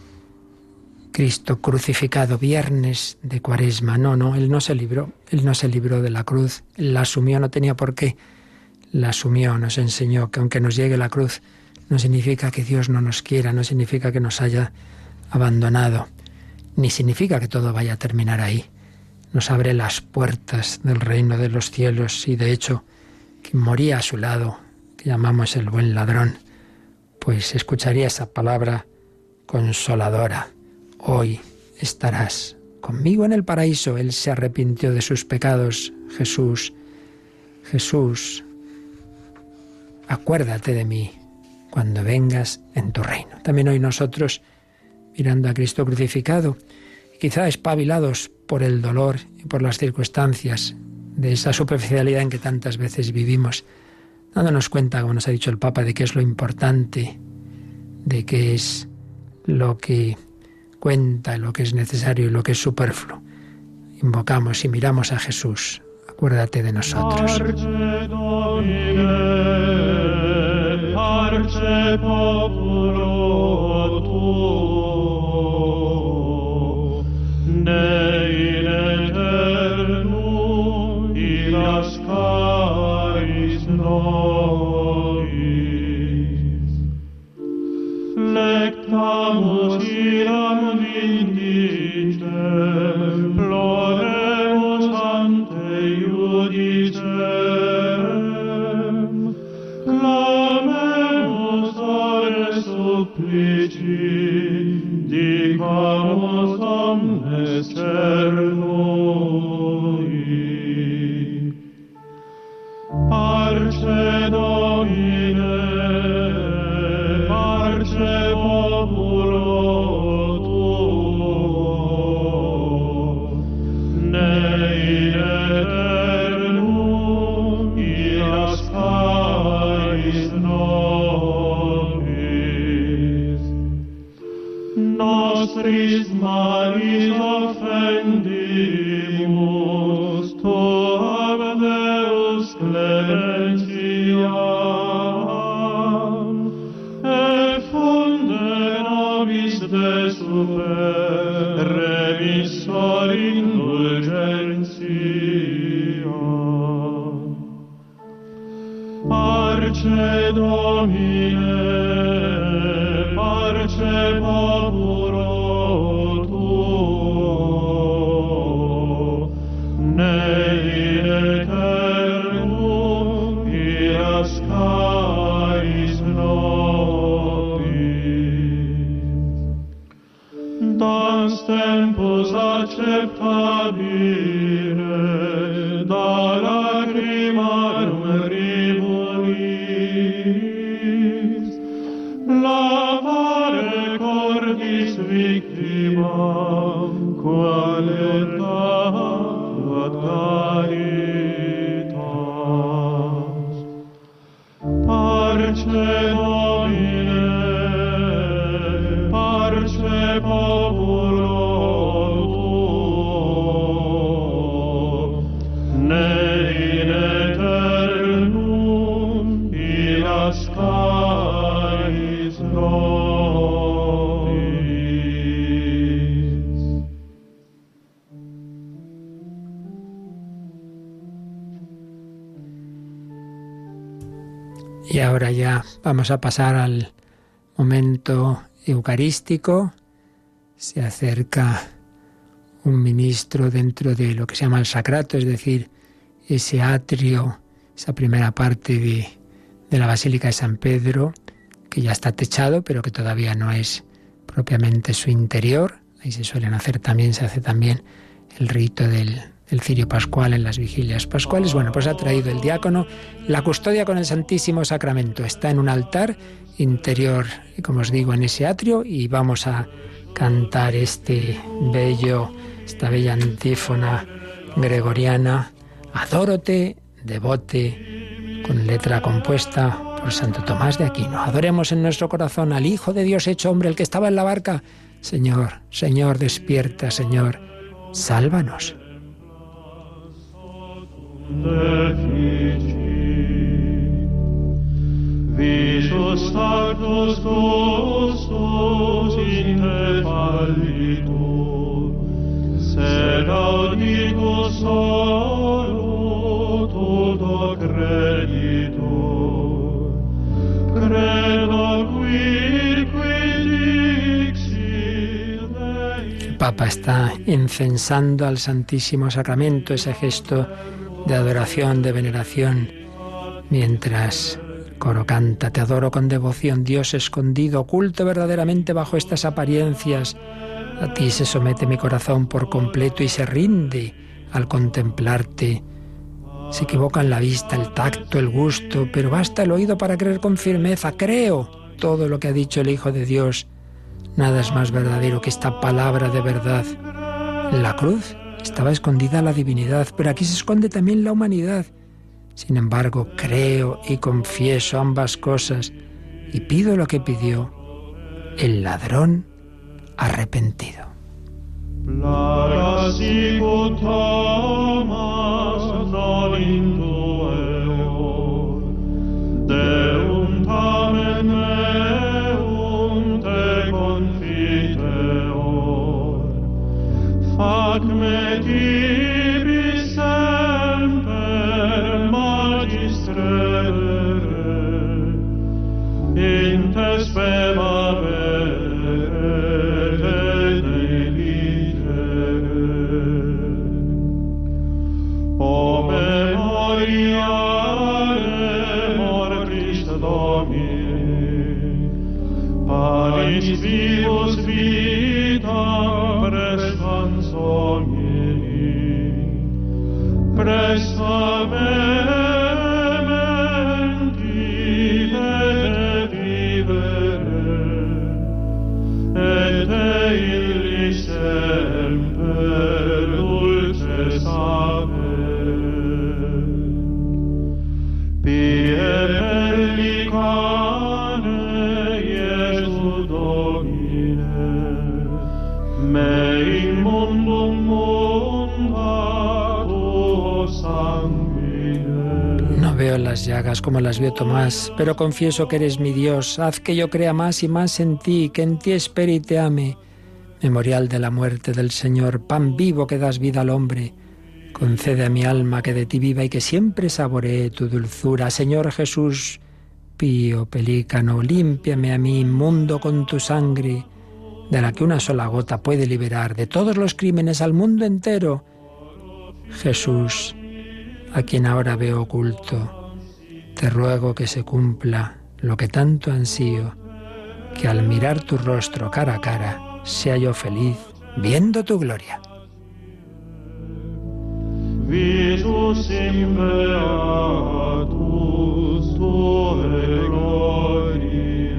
Cristo crucificado, viernes de Cuaresma. No, Él no se libró de la cruz, Él la asumió, no tenía por qué. La asumió, nos enseñó que aunque nos llegue la cruz, no significa que Dios no nos quiera, no significa que nos haya abandonado, ni significa que todo vaya a terminar ahí. Nos abre las puertas del reino de los cielos y de hecho, quien moría a su lado, que llamamos el buen ladrón, pues escucharía esa palabra consoladora. Hoy estarás conmigo en el paraíso. Él se arrepintió de sus pecados. Jesús, acuérdate de mí cuando vengas en tu reino. También hoy nosotros, mirando a Cristo crucificado, quizá espabilados por el dolor y por las circunstancias de esa superficialidad en que tantas veces vivimos, dándonos cuenta, como nos ha dicho el Papa, de qué es lo importante, de qué es lo que cuenta, lo que es necesario y lo que es superfluo. Invocamos y miramos a Jesús. Acuérdate de nosotros. Lectamus iram vindicem, ploremus ante iudicem, clamemus ore supplici, dicamus omnes cernui. Parce Domine, parce populo tuo, ne in eternum iascais nobis. Nostris malis offendimus, tuam Deus clementiam, e funde nobis de super remissor indulgentia. Parce Domine, parce populo tuo, ne in eternum iascais nobis. Dans tempus acceptabile, da lacrimarum ribulis, lavare cordis victimam, quale ad caritas. Parce Domine, parce populo tuo, ne in eternum iascais nobis. Y ahora ya vamos a pasar al momento eucarístico. Se acerca un ministro dentro de lo que se llama el sacrato, es decir, ese atrio, esa primera parte de la Basílica de San Pedro, que ya está techado, pero que todavía no es propiamente su interior. Ahí se hace también el rito del cirio pascual en las vigilias pascuales. Bueno, pues ha traído el diácono la custodia con el Santísimo Sacramento. Está en un altar interior, como os digo, en ese atrio, y vamos a cantar esta bella antífona gregoriana, Adórote, devote, con letra compuesta por Santo Tomás de Aquino. Adoremos en nuestro corazón al Hijo de Dios hecho hombre, el que estaba en la barca. Señor, Señor, despierta, Señor, sálvanos. Vicius tactus custos in te fallitur, sed auditus solo tuto creditur. Credo quid dixit Dei. El Papa está incensando al Santísimo Sacramento, ese gesto de adoración, de veneración, mientras coro canta: te adoro con devoción, Dios escondido, oculto verdaderamente bajo estas apariencias. A ti se somete mi corazón por completo y se rinde al contemplarte. Se equivocan la vista, el tacto, el gusto, pero basta el oído para creer con firmeza. Creo todo lo que ha dicho el Hijo de Dios. Nada es más verdadero que esta palabra de verdad. En la cruz estaba escondida la divinidad, pero aquí se esconde también la humanidad. Sin embargo, creo y confieso ambas cosas y pido lo que pidió el ladrón arrepentido. Fac me tibi semper magistrere, in te spema vere delicere. O memoriale mortis Domini, panis vivus vitam prestans omni, presta mementi de vivere, et illi semper dulce saper. Pie pellicane Iesu Domine, me in mundum munda tuo sanguine. No veo las llagas como las vio Tomás, pero confieso que eres mi Dios. Haz que yo crea más y más en ti, que en ti espere y te ame. Memorial de la muerte del Señor, pan vivo que das vida al hombre. Concede a mi alma que de ti viva y que siempre saboree tu dulzura. Señor Jesús, pío pelícano, límpiame a mí inmundo con tu sangre, de la que una sola gota puede liberar de todos los crímenes al mundo entero. Jesús, a quien ahora veo oculto, te ruego que se cumpla lo que tanto ansío, que al mirar tu rostro cara a cara, sea yo feliz viendo tu gloria. Visus in beatus tuae gloriae.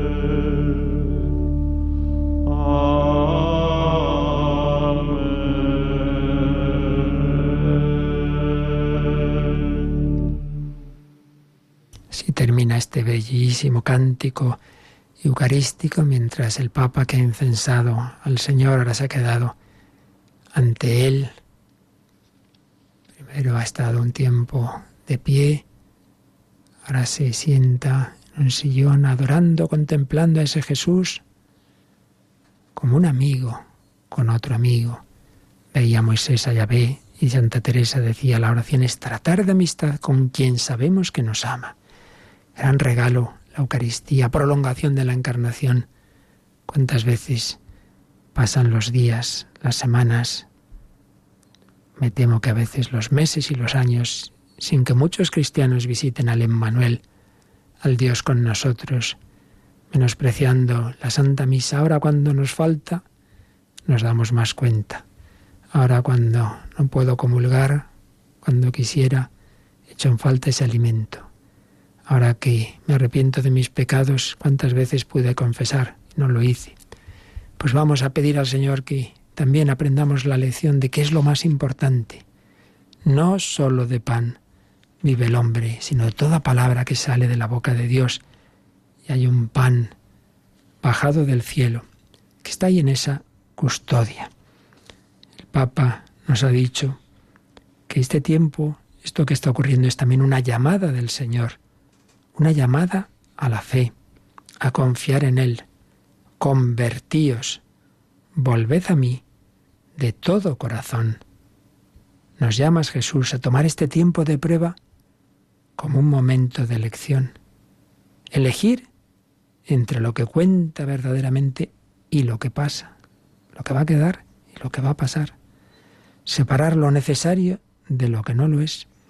Amen. Así termina este bellísimo cántico eucarístico, mientras el Papa, que ha incensado al Señor, ahora se ha quedado ante él. Primero ha estado un tiempo de pie, ahora se sienta en un sillón adorando, contemplando a ese Jesús como un amigo con otro amigo. Veía a Moisés a Yahvé y Santa Teresa decía: la oración es tratar de amistad con quien sabemos que nos ama. Gran regalo la Eucaristía, prolongación de la Encarnación. ¿Cuántas veces pasan los días, las semanas? Me temo que a veces los meses y los años, sin que muchos cristianos visiten al Emmanuel, al Dios con nosotros, menospreciando la Santa Misa. Ahora, cuando nos falta, nos damos más cuenta. Ahora, cuando no puedo comulgar, cuando quisiera, echo en falta ese alimento. Ahora que me arrepiento de mis pecados, ¿cuántas veces pude confesar? No lo hice. Pues vamos a pedir al Señor que también aprendamos la lección de qué es lo más importante. No solo de pan vive el hombre, sino de toda palabra que sale de la boca de Dios. Y hay un pan bajado del cielo que está ahí en esa custodia. El Papa nos ha dicho que este tiempo, esto que está ocurriendo, es también una llamada del Señor, una llamada a la fe, a confiar en Él. Convertíos, volved a mí de todo corazón. Nos llamas, Jesús, a tomar este tiempo de prueba como un momento de elección. Elegir entre lo que cuenta verdaderamente y lo que pasa, lo que va a quedar y lo que va a pasar. Separar lo necesario de lo que no lo es.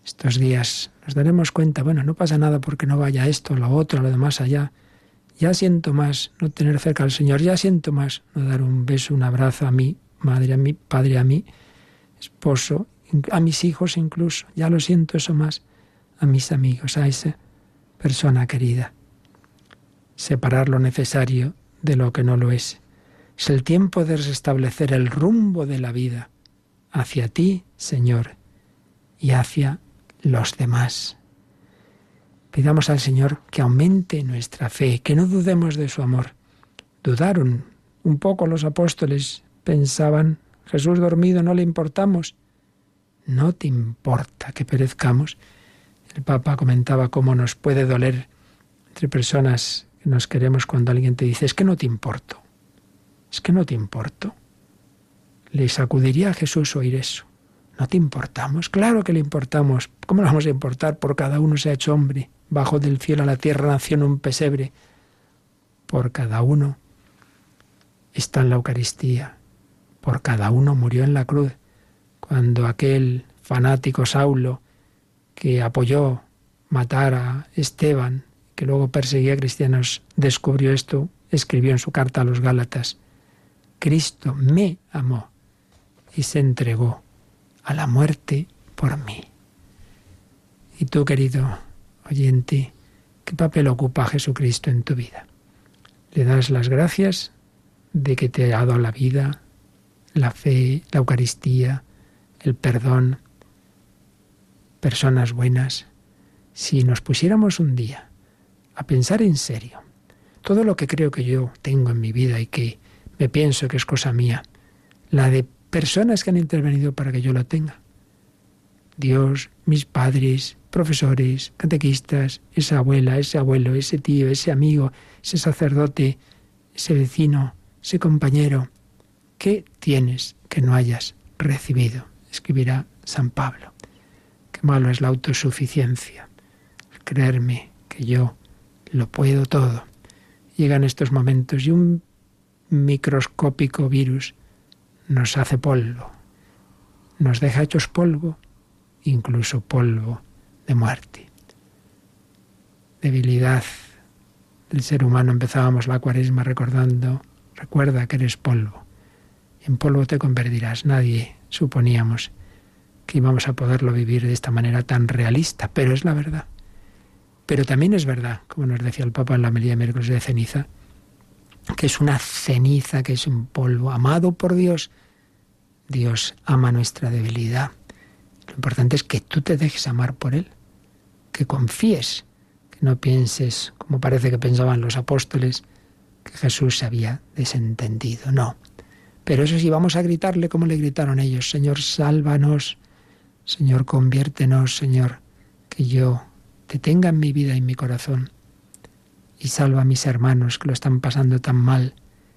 Estos días nos daremos cuenta, bueno, no pasa nada porque no vaya esto, lo otro, lo demás allá. Ya siento más no tener cerca al Señor, ya siento más no dar un beso, un abrazo a mi madre, a mi padre, a mi esposo, a mis hijos incluso. Ya lo siento eso más, a mis amigos, a esa persona querida. Separar lo necesario de lo que no lo es. Es el tiempo de restablecer el rumbo de la vida hacia ti, Señor, y hacia los demás. Pidamos al Señor que aumente nuestra fe, que no dudemos de su amor. Dudaron un poco los apóstoles, pensaban, Jesús dormido, no le importamos. No te importa que perezcamos. El Papa comentaba cómo nos puede doler entre personas que nos queremos cuando alguien te dice, es que no te importo, es que no te importo. Le sacudiría a Jesús oír eso. ¿No te importamos? Claro que le importamos. ¿Cómo nos vamos a importar? Por cada uno se ha hecho hombre. Bajo del cielo a la tierra nació en un pesebre. Por cada uno está en la Eucaristía. Por cada uno murió en la cruz. Cuando aquel fanático Saulo que apoyó matar a Esteban, que luego perseguía a cristianos, descubrió esto, escribió en su carta a los Gálatas, Cristo me amó y se entregó a la muerte por mí. Y tú, querido oyente, ¿qué papel ocupa Jesucristo en tu vida? ¿Le das las gracias de que te ha dado la vida, la fe, la Eucaristía, el perdón, personas buenas? Si nos pusiéramos un día a pensar en serio todo lo que creo que yo tengo en mi vida y que me pienso que es cosa mía, la de personas que han intervenido para que yo lo tenga. Dios, mis padres, profesores, catequistas, esa abuela, ese abuelo, ese tío, ese amigo, ese sacerdote, ese vecino, ese compañero. ¿Qué tienes que no hayas recibido? Escribirá San Pablo. Qué malo es la autosuficiencia. Creerme que yo lo puedo todo. Llegan estos momentos y un microscópico virus nos hace polvo, nos deja hechos polvo, incluso polvo de muerte. Debilidad del ser humano. Empezábamos la Cuaresma recordando, recuerda que eres polvo, en polvo te convertirás. Nadie suponíamos que íbamos a poderlo vivir de esta manera tan realista, pero es la verdad. Pero también es verdad, como nos decía el Papa en la homilía de miércoles de ceniza, que es una ceniza, que es un polvo amado por Dios. Dios ama nuestra debilidad. Lo importante es que tú te dejes amar por Él, que confíes, que no pienses, como parece que pensaban los apóstoles, que Jesús se había desentendido. No. Pero eso sí, vamos a gritarle como le gritaron ellos. Señor, sálvanos. Señor, conviértenos. Señor, que yo te tenga en mi vida y en mi corazón. Y salva a mis hermanos que lo están pasando tan mal.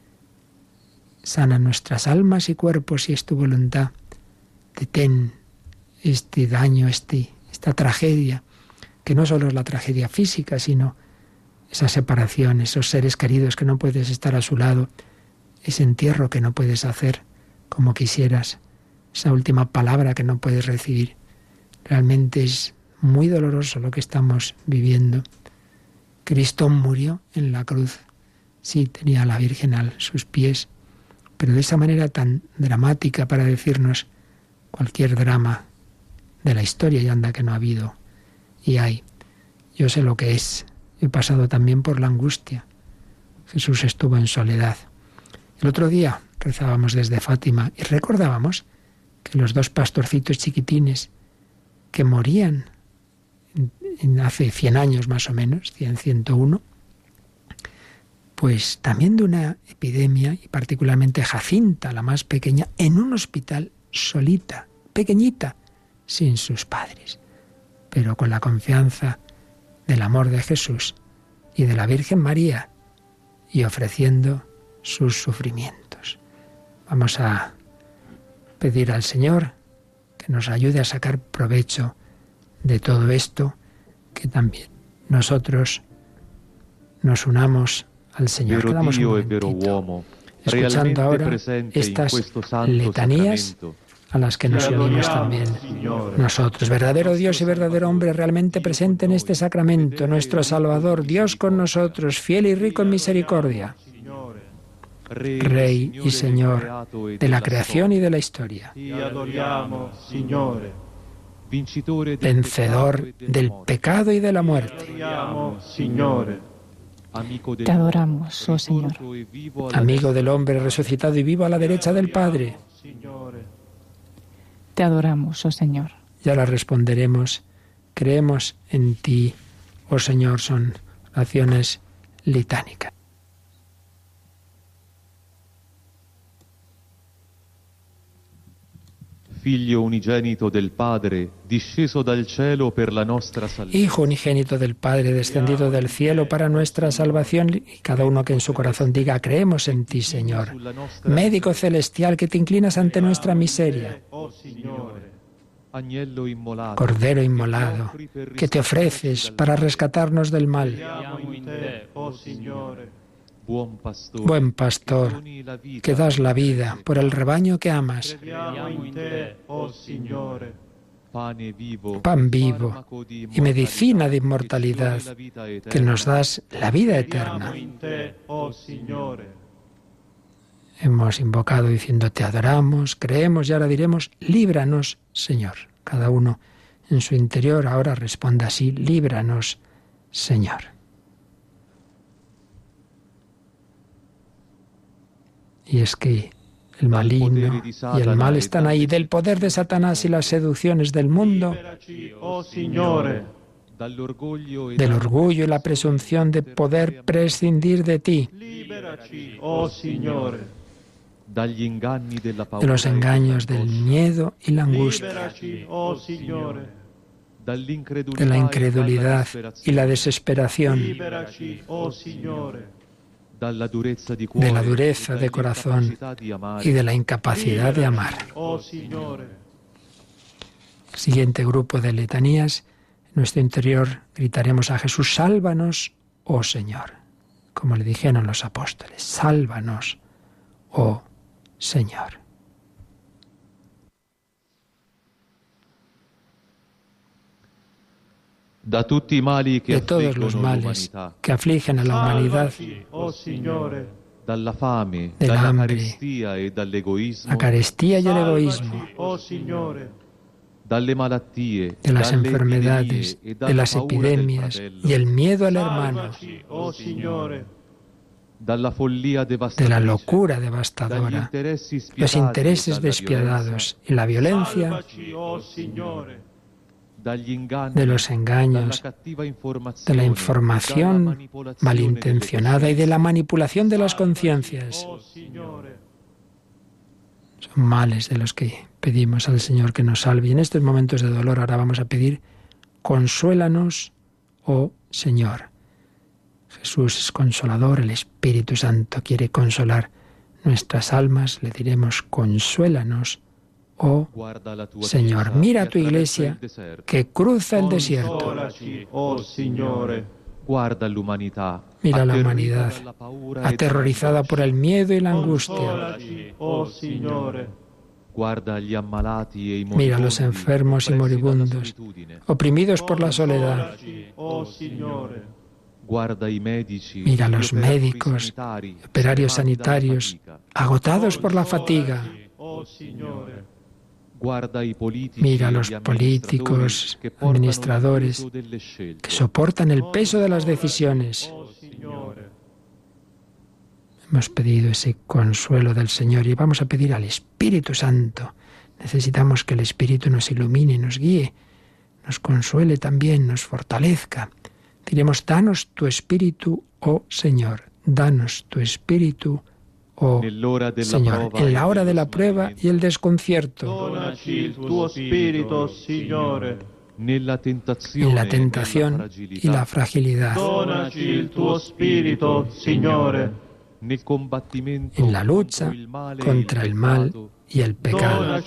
Sana nuestras almas y cuerpos si es tu voluntad. Detén este daño, esta tragedia, que no solo es la tragedia física, sino esa separación, esos seres queridos que no puedes estar a su lado, ese entierro que no puedes hacer como quisieras, esa última palabra que no puedes recibir. Realmente es muy doloroso lo que estamos viviendo. Cristo murió en la cruz. Sí, tenía a la Virgen a sus pies, pero de esa manera tan dramática para decirnos cualquier drama de la historia, y anda que no ha habido y hay. Yo sé lo que es. He pasado también por la angustia. Jesús estuvo en soledad. El otro día rezábamos desde Fátima y recordábamos que los dos pastorcitos chiquitines que morían hace 100 años más o menos, 101, pues también de una epidemia, y particularmente Jacinta, la más pequeña, en un hospital solita, pequeñita, sin sus padres, pero con la confianza del amor de Jesús y de la Virgen María, y ofreciendo sus sufrimientos. Vamos a pedir al Señor que nos ayude a sacar provecho de todo esto, que también nosotros nos unamos al Señor. Quedamos un momentito escuchando ahora estas letanías a las que nos unimos también nosotros. Verdadero Dios y verdadero hombre realmente presente en este sacramento, nuestro Salvador, Dios con nosotros, fiel y rico en misericordia, Rey y Señor de la creación y de la historia, vencedor del pecado y de la muerte. Te adoramos, oh Señor. Amigo del hombre resucitado y vivo a la derecha del Padre. Te adoramos, oh Señor. Y ahora responderemos, creemos en ti, oh Señor, son oraciones litánicas. Figlio unigenito del Padre, disceso dal cielo per la nostra salvezza. Hijo unigénito del Padre, descendido del cielo para nuestra salvación, y cada uno que en su corazón diga, creemos en ti, Señor. Médico celestial, que te inclinas ante nuestra miseria. Cordero inmolado, que te ofreces para rescatarnos del mal. Buen pastor, que das la vida por el rebaño que amas. Pan vivo y medicina de inmortalidad, que nos das la vida eterna. Hemos invocado diciendo, te adoramos, creemos, y ahora diremos, líbranos, Señor. Cada uno en su interior ahora responda así, líbranos, Señor. Y es que el maligno y el mal están ahí, del poder de Satanás y las seducciones del mundo, del orgullo y la presunción de poder prescindir de ti, de los engaños del miedo y la angustia, de la incredulidad y la desesperación, de la dureza de corazón y de la incapacidad de amar. Siguiente grupo de letanías. En nuestro interior gritaremos a Jesús, sálvanos, oh Señor. Como le dijeron los apóstoles, sálvanos, oh Señor. De todos los males que afligen a la humanidad, del hambre, la carestía y el egoísmo, de las enfermedades, de las epidemias y el miedo al hermano, de la locura devastadora, los intereses despiadados y la violencia, de los engaños, de la información malintencionada y de la manipulación de las conciencias. Son males de los que pedimos al Señor que nos salve. Y en estos momentos de dolor ahora vamos a pedir, consuélanos, oh Señor. Jesús es consolador, el Espíritu Santo quiere consolar nuestras almas. Le diremos, consuélanos, oh Señor. Mira a tu iglesia que cruza el desierto. Mira a la humanidad aterrorizada por el miedo y la angustia. Mira a los enfermos y moribundos, oprimidos por la soledad. Mira a los médicos, operarios sanitarios, agotados por la fatiga. Mira a los políticos, administradores, que soportan el peso de las decisiones. Hemos pedido ese consuelo del Señor y vamos a pedir al Espíritu Santo. Necesitamos que el Espíritu nos ilumine, nos guíe, nos consuele también, nos fortalezca. Diremos, danos tu Espíritu, oh Señor, danos tu Espíritu, oh Señor, en la hora de la prueba y el desconcierto, en la tentación y la fragilidad, en la lucha contra el mal y el pecado,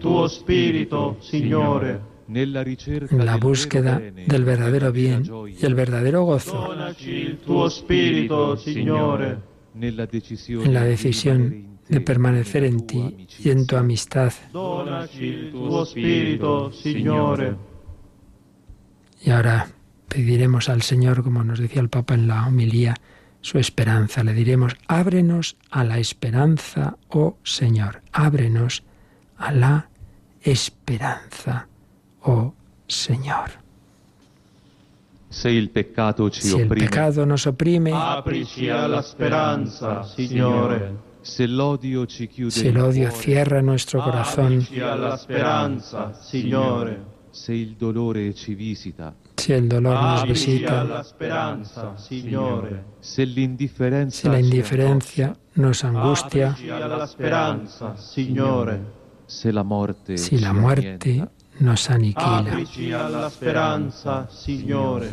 en la búsqueda del verdadero bien y el verdadero gozo, en la decisión de permanecer en ti y en tu amistad. Donaci il tuo Spirito, Signore. Y ahora pediremos al Señor, como nos decía el Papa en la homilía, su esperanza. Le diremos: ábrenos a la esperanza, oh Señor. Ábrenos a la esperanza, oh Señor. Se il peccato ci Si el opprime, pecado nos oprime, Aprici alla speranza, Signore. se l'odio ci chiude si il el odio cuore, cierra nuestro corazón, Aprici alla speranza, Signore. se il dolore ci visita, si el dolor nos Aprici visita, alla speranza, Signore. se l'indifferenza si la ci indiferencia nos angustia, Aprici alla speranza, Signore. se la morte si ci la muerte annienta, nos aniquila. Aprici alla speranza, Signore.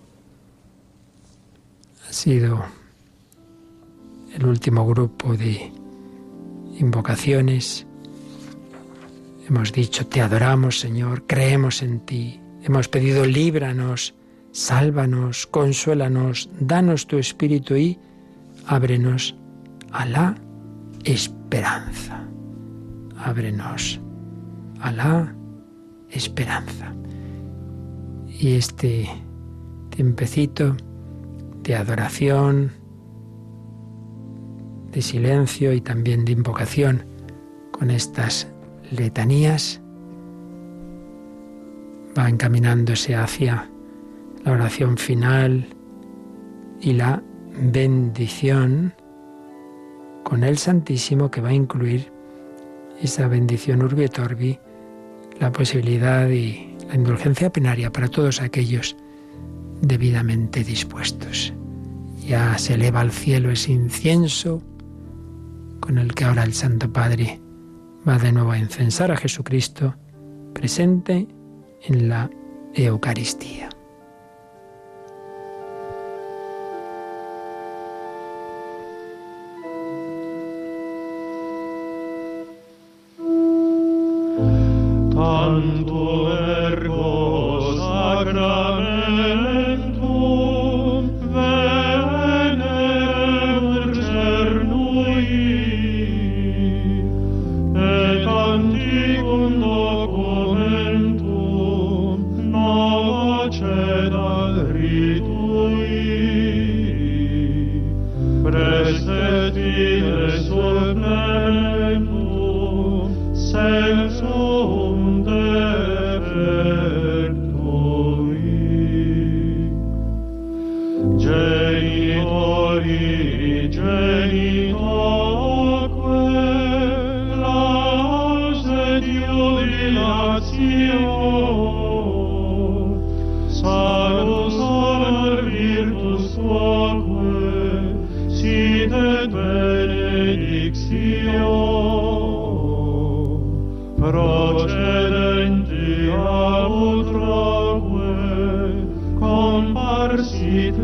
Ha sido el último grupo de invocaciones. Hemos dicho: te adoramos, Señor, creemos en ti. Hemos pedido: líbranos, sálvanos, consuélanos, danos tu espíritu y ábrenos a la esperanza. Ábrenos a la esperanza. Y este tiempecito de adoración, de silencio y también de invocación con estas letanías va encaminándose hacia la oración final y la bendición con el Santísimo, que va a incluir esa bendición Urbi et Orbi, la posibilidad y la indulgencia plenaria para todos aquellos debidamente dispuestos. Ya se eleva al cielo ese incienso con el que ahora el Santo Padre va de nuevo a incensar a Jesucristo presente en la Eucaristía. Tanto ergo sacramentum venerem cernui, et antiquum documentum novacet ad ritui, prestet ide subnementum sensum Genitori, genitoque, lause jubilatio, salus honor virtus tuaque, sit et benedictio, procedenti ab utraque, comparsit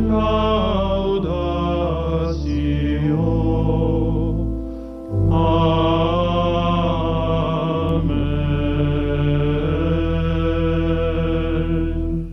laudatio. Amen.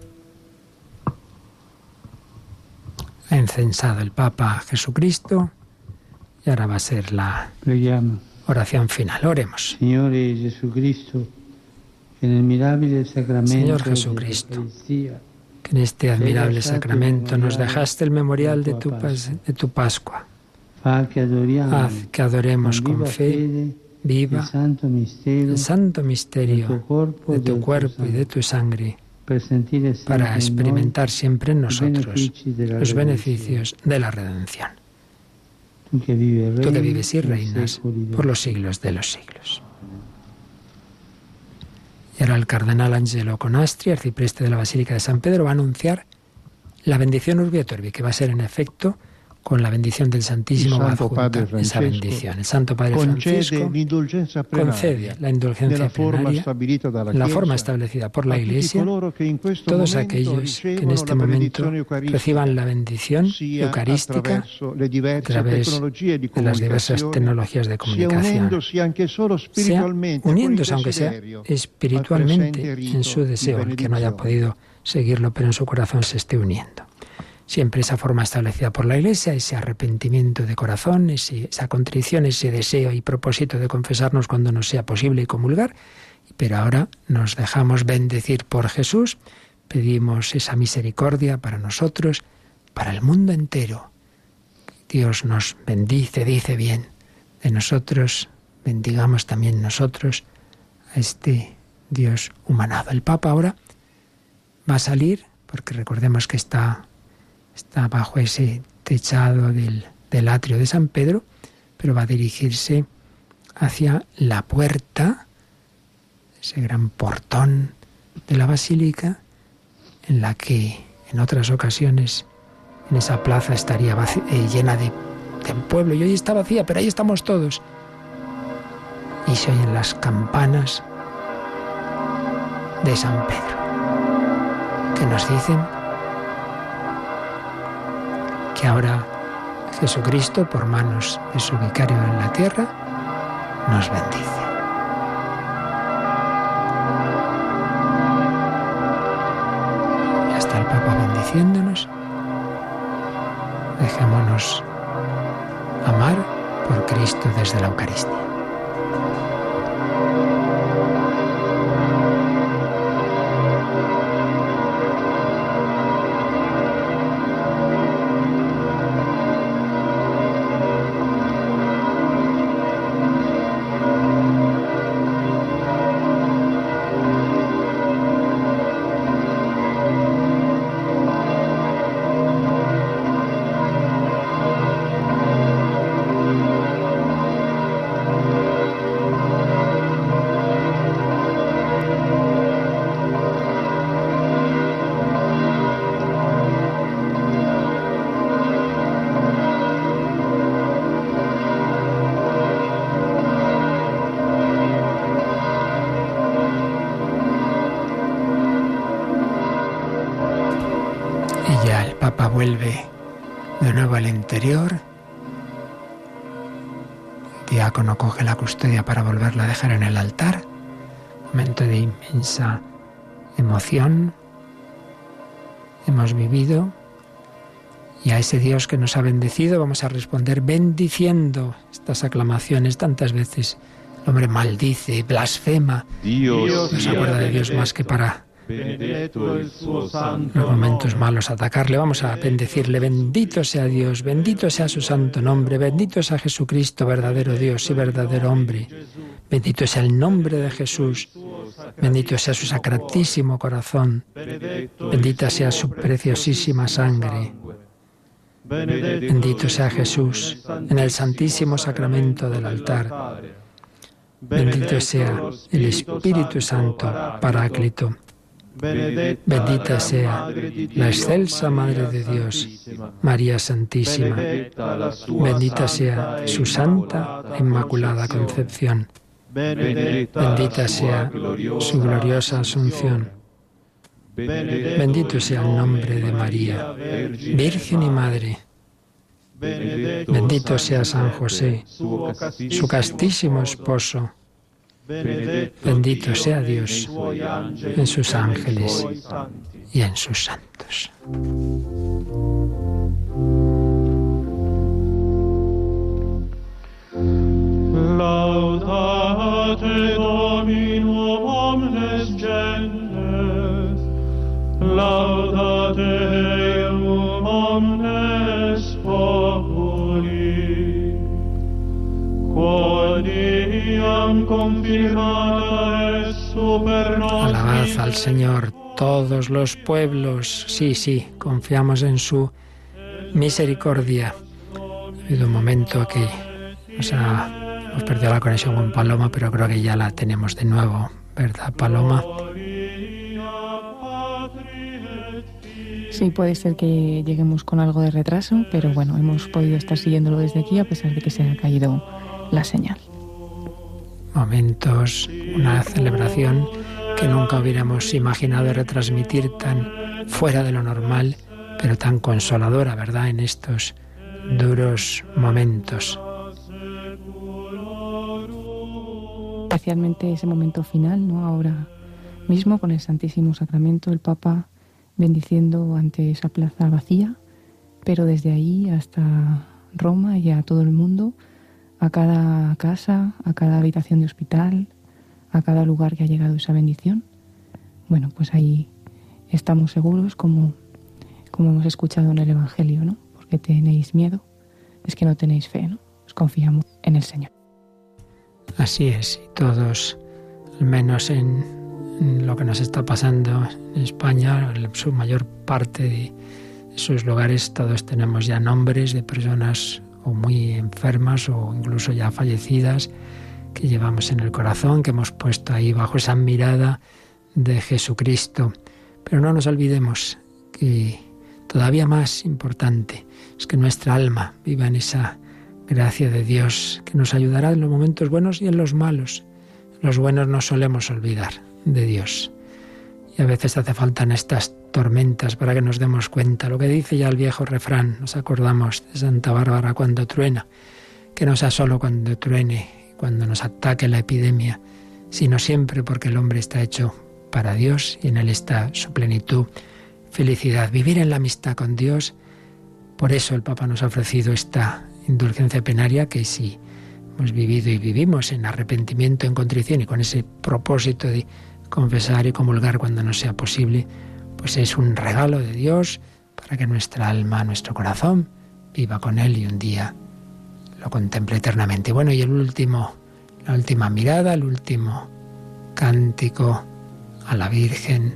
Ha incensado el Papa Jesucristo y ahora va a ser la Preghiamo. oración final. Oremos. Signore Jesucristo, che nel mirabile sacramento Señor Jesucristo, dell'Eucaristia que en este admirable sacramento nos dejaste el memorial de tu Pascua. fa che adoriamo Haz que adoremos con fe viva il santo mistero el santo misterio de tu del cuerpo y de tu sangre, per sentire sempre para in noi experimentar siempre en nosotros benefici della los redenzione. beneficios de la redención. Tú que vives Tú que reini vives y nei reinas secoli dei por los siglos de los siglos. Y ahora el cardenal Angelo Conastri, arcipreste de la Basílica de San Pedro, va a anunciar la bendición Urbi et Orbi, que va a ser en efecto con la bendición del Santísimo va a adjuntar esa bendición. El Santo Padre Francisco concede la indulgencia plenaria en la forma establecida por la Iglesia. Todos aquellos que en este momento reciban la bendición eucarística a través de las diversas tecnologías de comunicación, sea uniéndose, aunque sea espiritualmente, en su deseo, el que no haya podido seguirlo, pero en su corazón se esté uniendo. siempre esa forma establecida por la Iglesia, ese arrepentimiento de corazón, esa contrición, ese deseo y propósito de confesarnos cuando nos sea posible y comulgar. Pero ahora nos dejamos bendecir por Jesús, pedimos esa misericordia para nosotros, para el mundo entero. Dios nos bendice, dice bien de nosotros, bendigamos también nosotros a este Dios humanado. El Papa ahora va a salir, porque recordemos que está bajo ese techado del atrio de San Pedro, pero va a dirigirse hacia la puerta, ese gran portón de la basílica, en la que en otras ocasiones en esa plaza estaría llena de pueblo, y hoy está vacía, pero ahí estamos todos. Y se oyen las campanas de San Pedro, que nos dicen que ahora Jesucristo, por manos de su vicario en la tierra, nos bendice. Ya está el Papa bendiciéndonos. Dejémonos amar por Cristo desde la Eucaristía. Vuelve de nuevo al interior. El diácono coge la custodia para volverla a dejar en el altar. Momento de inmensa emoción hemos vivido, y a ese Dios que nos ha bendecido vamos a responder bendiciendo. Estas aclamaciones tantas veces el hombre maldice, blasfema, no se acuerda de Dios más que para los momentos malos atacarle. Vamos a bendecirle. Bendito sea Dios, bendito sea su santo nombre, bendito sea Jesucristo, verdadero Dios y verdadero hombre. Bendito sea el nombre de Jesús, bendito sea su sacratísimo corazón, bendita sea su preciosísima sangre. Bendito sea Jesús en el santísimo sacramento del altar. Bendito sea el Espíritu Santo, Paráclito. Bendita sea la excelsa Madre de Dios, María Santísima. Bendita sea su Santa e Inmaculada Concepción. Bendita sea su gloriosa Asunción. Bendito sea el nombre de María, Virgen y Madre. Bendito sea San José, su castísimo esposo. Bendito sea Dios en sus ángeles y en sus santos. Laudate Dominum omnes gentes, laudate Eum omnes populi, quoniam confirmata es super nos. Alabad al Señor todos los pueblos. Sí, confiamos en su misericordia. Ha habido un momento que hemos perdido la conexión con Paloma, pero creo que ya la tenemos de nuevo, ¿verdad, Paloma? Sí, puede ser que lleguemos con algo de retraso, pero bueno, hemos podido estar siguiéndolo desde aquí a pesar de que se ha caído la señal. Momentos, una celebración que nunca hubiéramos imaginado retransmitir tan fuera de lo normal, pero tan consoladora, ¿verdad?, en estos duros momentos. Especialmente ese momento final, ¿no? Ahora mismo con el Santísimo Sacramento, el Papa bendiciendo ante esa plaza vacía pero desde ahí hasta Roma y a todo el mundo, a cada casa, a cada habitación de hospital, a cada lugar que ha llegado esa bendición. Bueno, pues ahí estamos seguros, como hemos escuchado en el Evangelio, ¿no? Porque tenéis miedo, es que no tenéis fe, ¿no? Os confiamos en el Señor. Así es, y todos, al menos en lo que nos está pasando en España, en su mayor parte de sus lugares, todos tenemos ya nombres de personas o muy enfermas o incluso ya fallecidas que llevamos en el corazón, que hemos puesto ahí bajo esa mirada de Jesucristo. Pero no nos olvidemos que todavía más importante es que nuestra alma viva en esa gracia de Dios que nos ayudará en los momentos buenos y en los malos. Los buenos no solemos olvidar de Dios. Y a veces hace falta en estas tormentas para que nos demos cuenta. Lo que dice ya el viejo refrán, nos acordamos de Santa Bárbara cuando truena, que no sea solo cuando truene, cuando nos ataque la epidemia, sino siempre porque el hombre está hecho para Dios y en él está su plenitud, felicidad, vivir en la amistad con Dios. Por eso el Papa nos ha ofrecido esta indulgencia plenaria que si hemos vivido y vivimos en arrepentimiento, en contrición y con ese propósito de confesar y comulgar cuando no sea posible, pues es un regalo de Dios para que nuestra alma, nuestro corazón viva con Él y un día lo contemple eternamente. Bueno, y la última mirada, el último cántico a la Virgen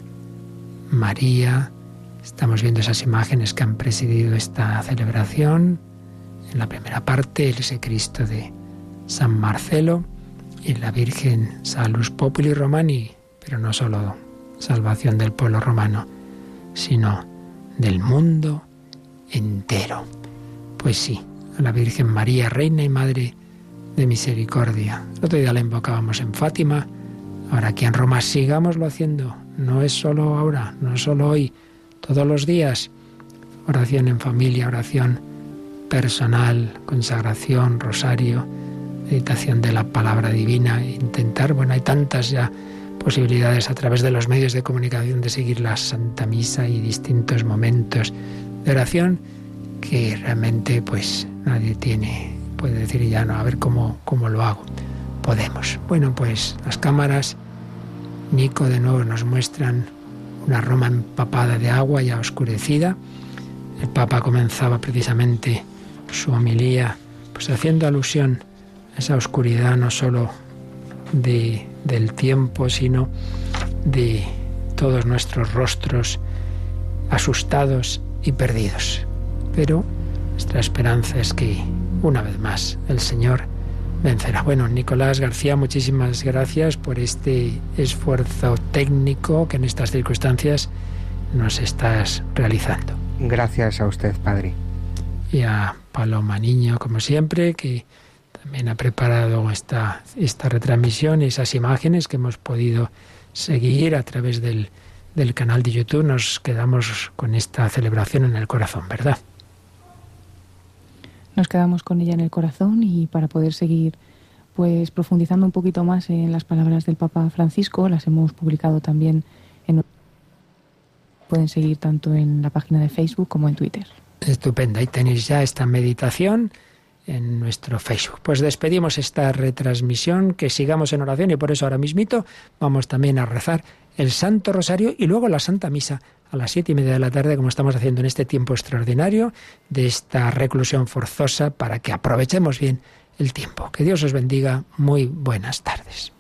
María. Estamos viendo esas imágenes que han presidido esta celebración. En la primera parte, ese Cristo de San Marcelo y la Virgen Salus Populi Romani, pero no solo salvación del pueblo romano, sino del mundo entero. Pues sí, a la Virgen María, Reina y Madre de Misericordia. El otro día la invocábamos en Fátima, ahora aquí en Roma sigámoslo haciendo. No es solo ahora, no es solo hoy, todos los días. Oración en familia, oración personal, consagración, rosario, meditación de la palabra divina. Intentar, hay tantas ya posibilidades a través de los medios de comunicación de seguir la Santa Misa y distintos momentos de oración que realmente nadie puede decir ya no, a ver cómo lo hago. Podemos. Bueno, pues las cámaras, Nico, de nuevo nos muestran una Roma empapada de agua ya oscurecida. El Papa comenzaba precisamente su homilía haciendo alusión a esa oscuridad no solo del tiempo, sino de todos nuestros rostros asustados y perdidos. Pero nuestra esperanza es que, una vez más, el Señor vencerá. Bueno, Nicolás García, muchísimas gracias por este esfuerzo técnico que en estas circunstancias nos estás realizando. Gracias a usted, Padre. Y a Paloma Niño, como siempre, que también ha preparado esta retransmisión y esas imágenes que hemos podido seguir a través del canal de YouTube. Nos quedamos con esta celebración en el corazón, ¿verdad? Nos quedamos con ella en el corazón y para poder seguir profundizando un poquito más en las palabras del Papa Francisco, las hemos publicado también pueden seguir tanto en la página de Facebook como en Twitter. Estupendo, ahí tenéis ya esta meditación en nuestro Facebook. Pues despedimos esta retransmisión, que sigamos en oración y por eso ahora mismito vamos también a rezar el Santo Rosario y luego la Santa Misa a las 7:30 de la tarde, como estamos haciendo en este tiempo extraordinario de esta reclusión forzosa, para que aprovechemos bien el tiempo. Que Dios os bendiga. Muy buenas tardes.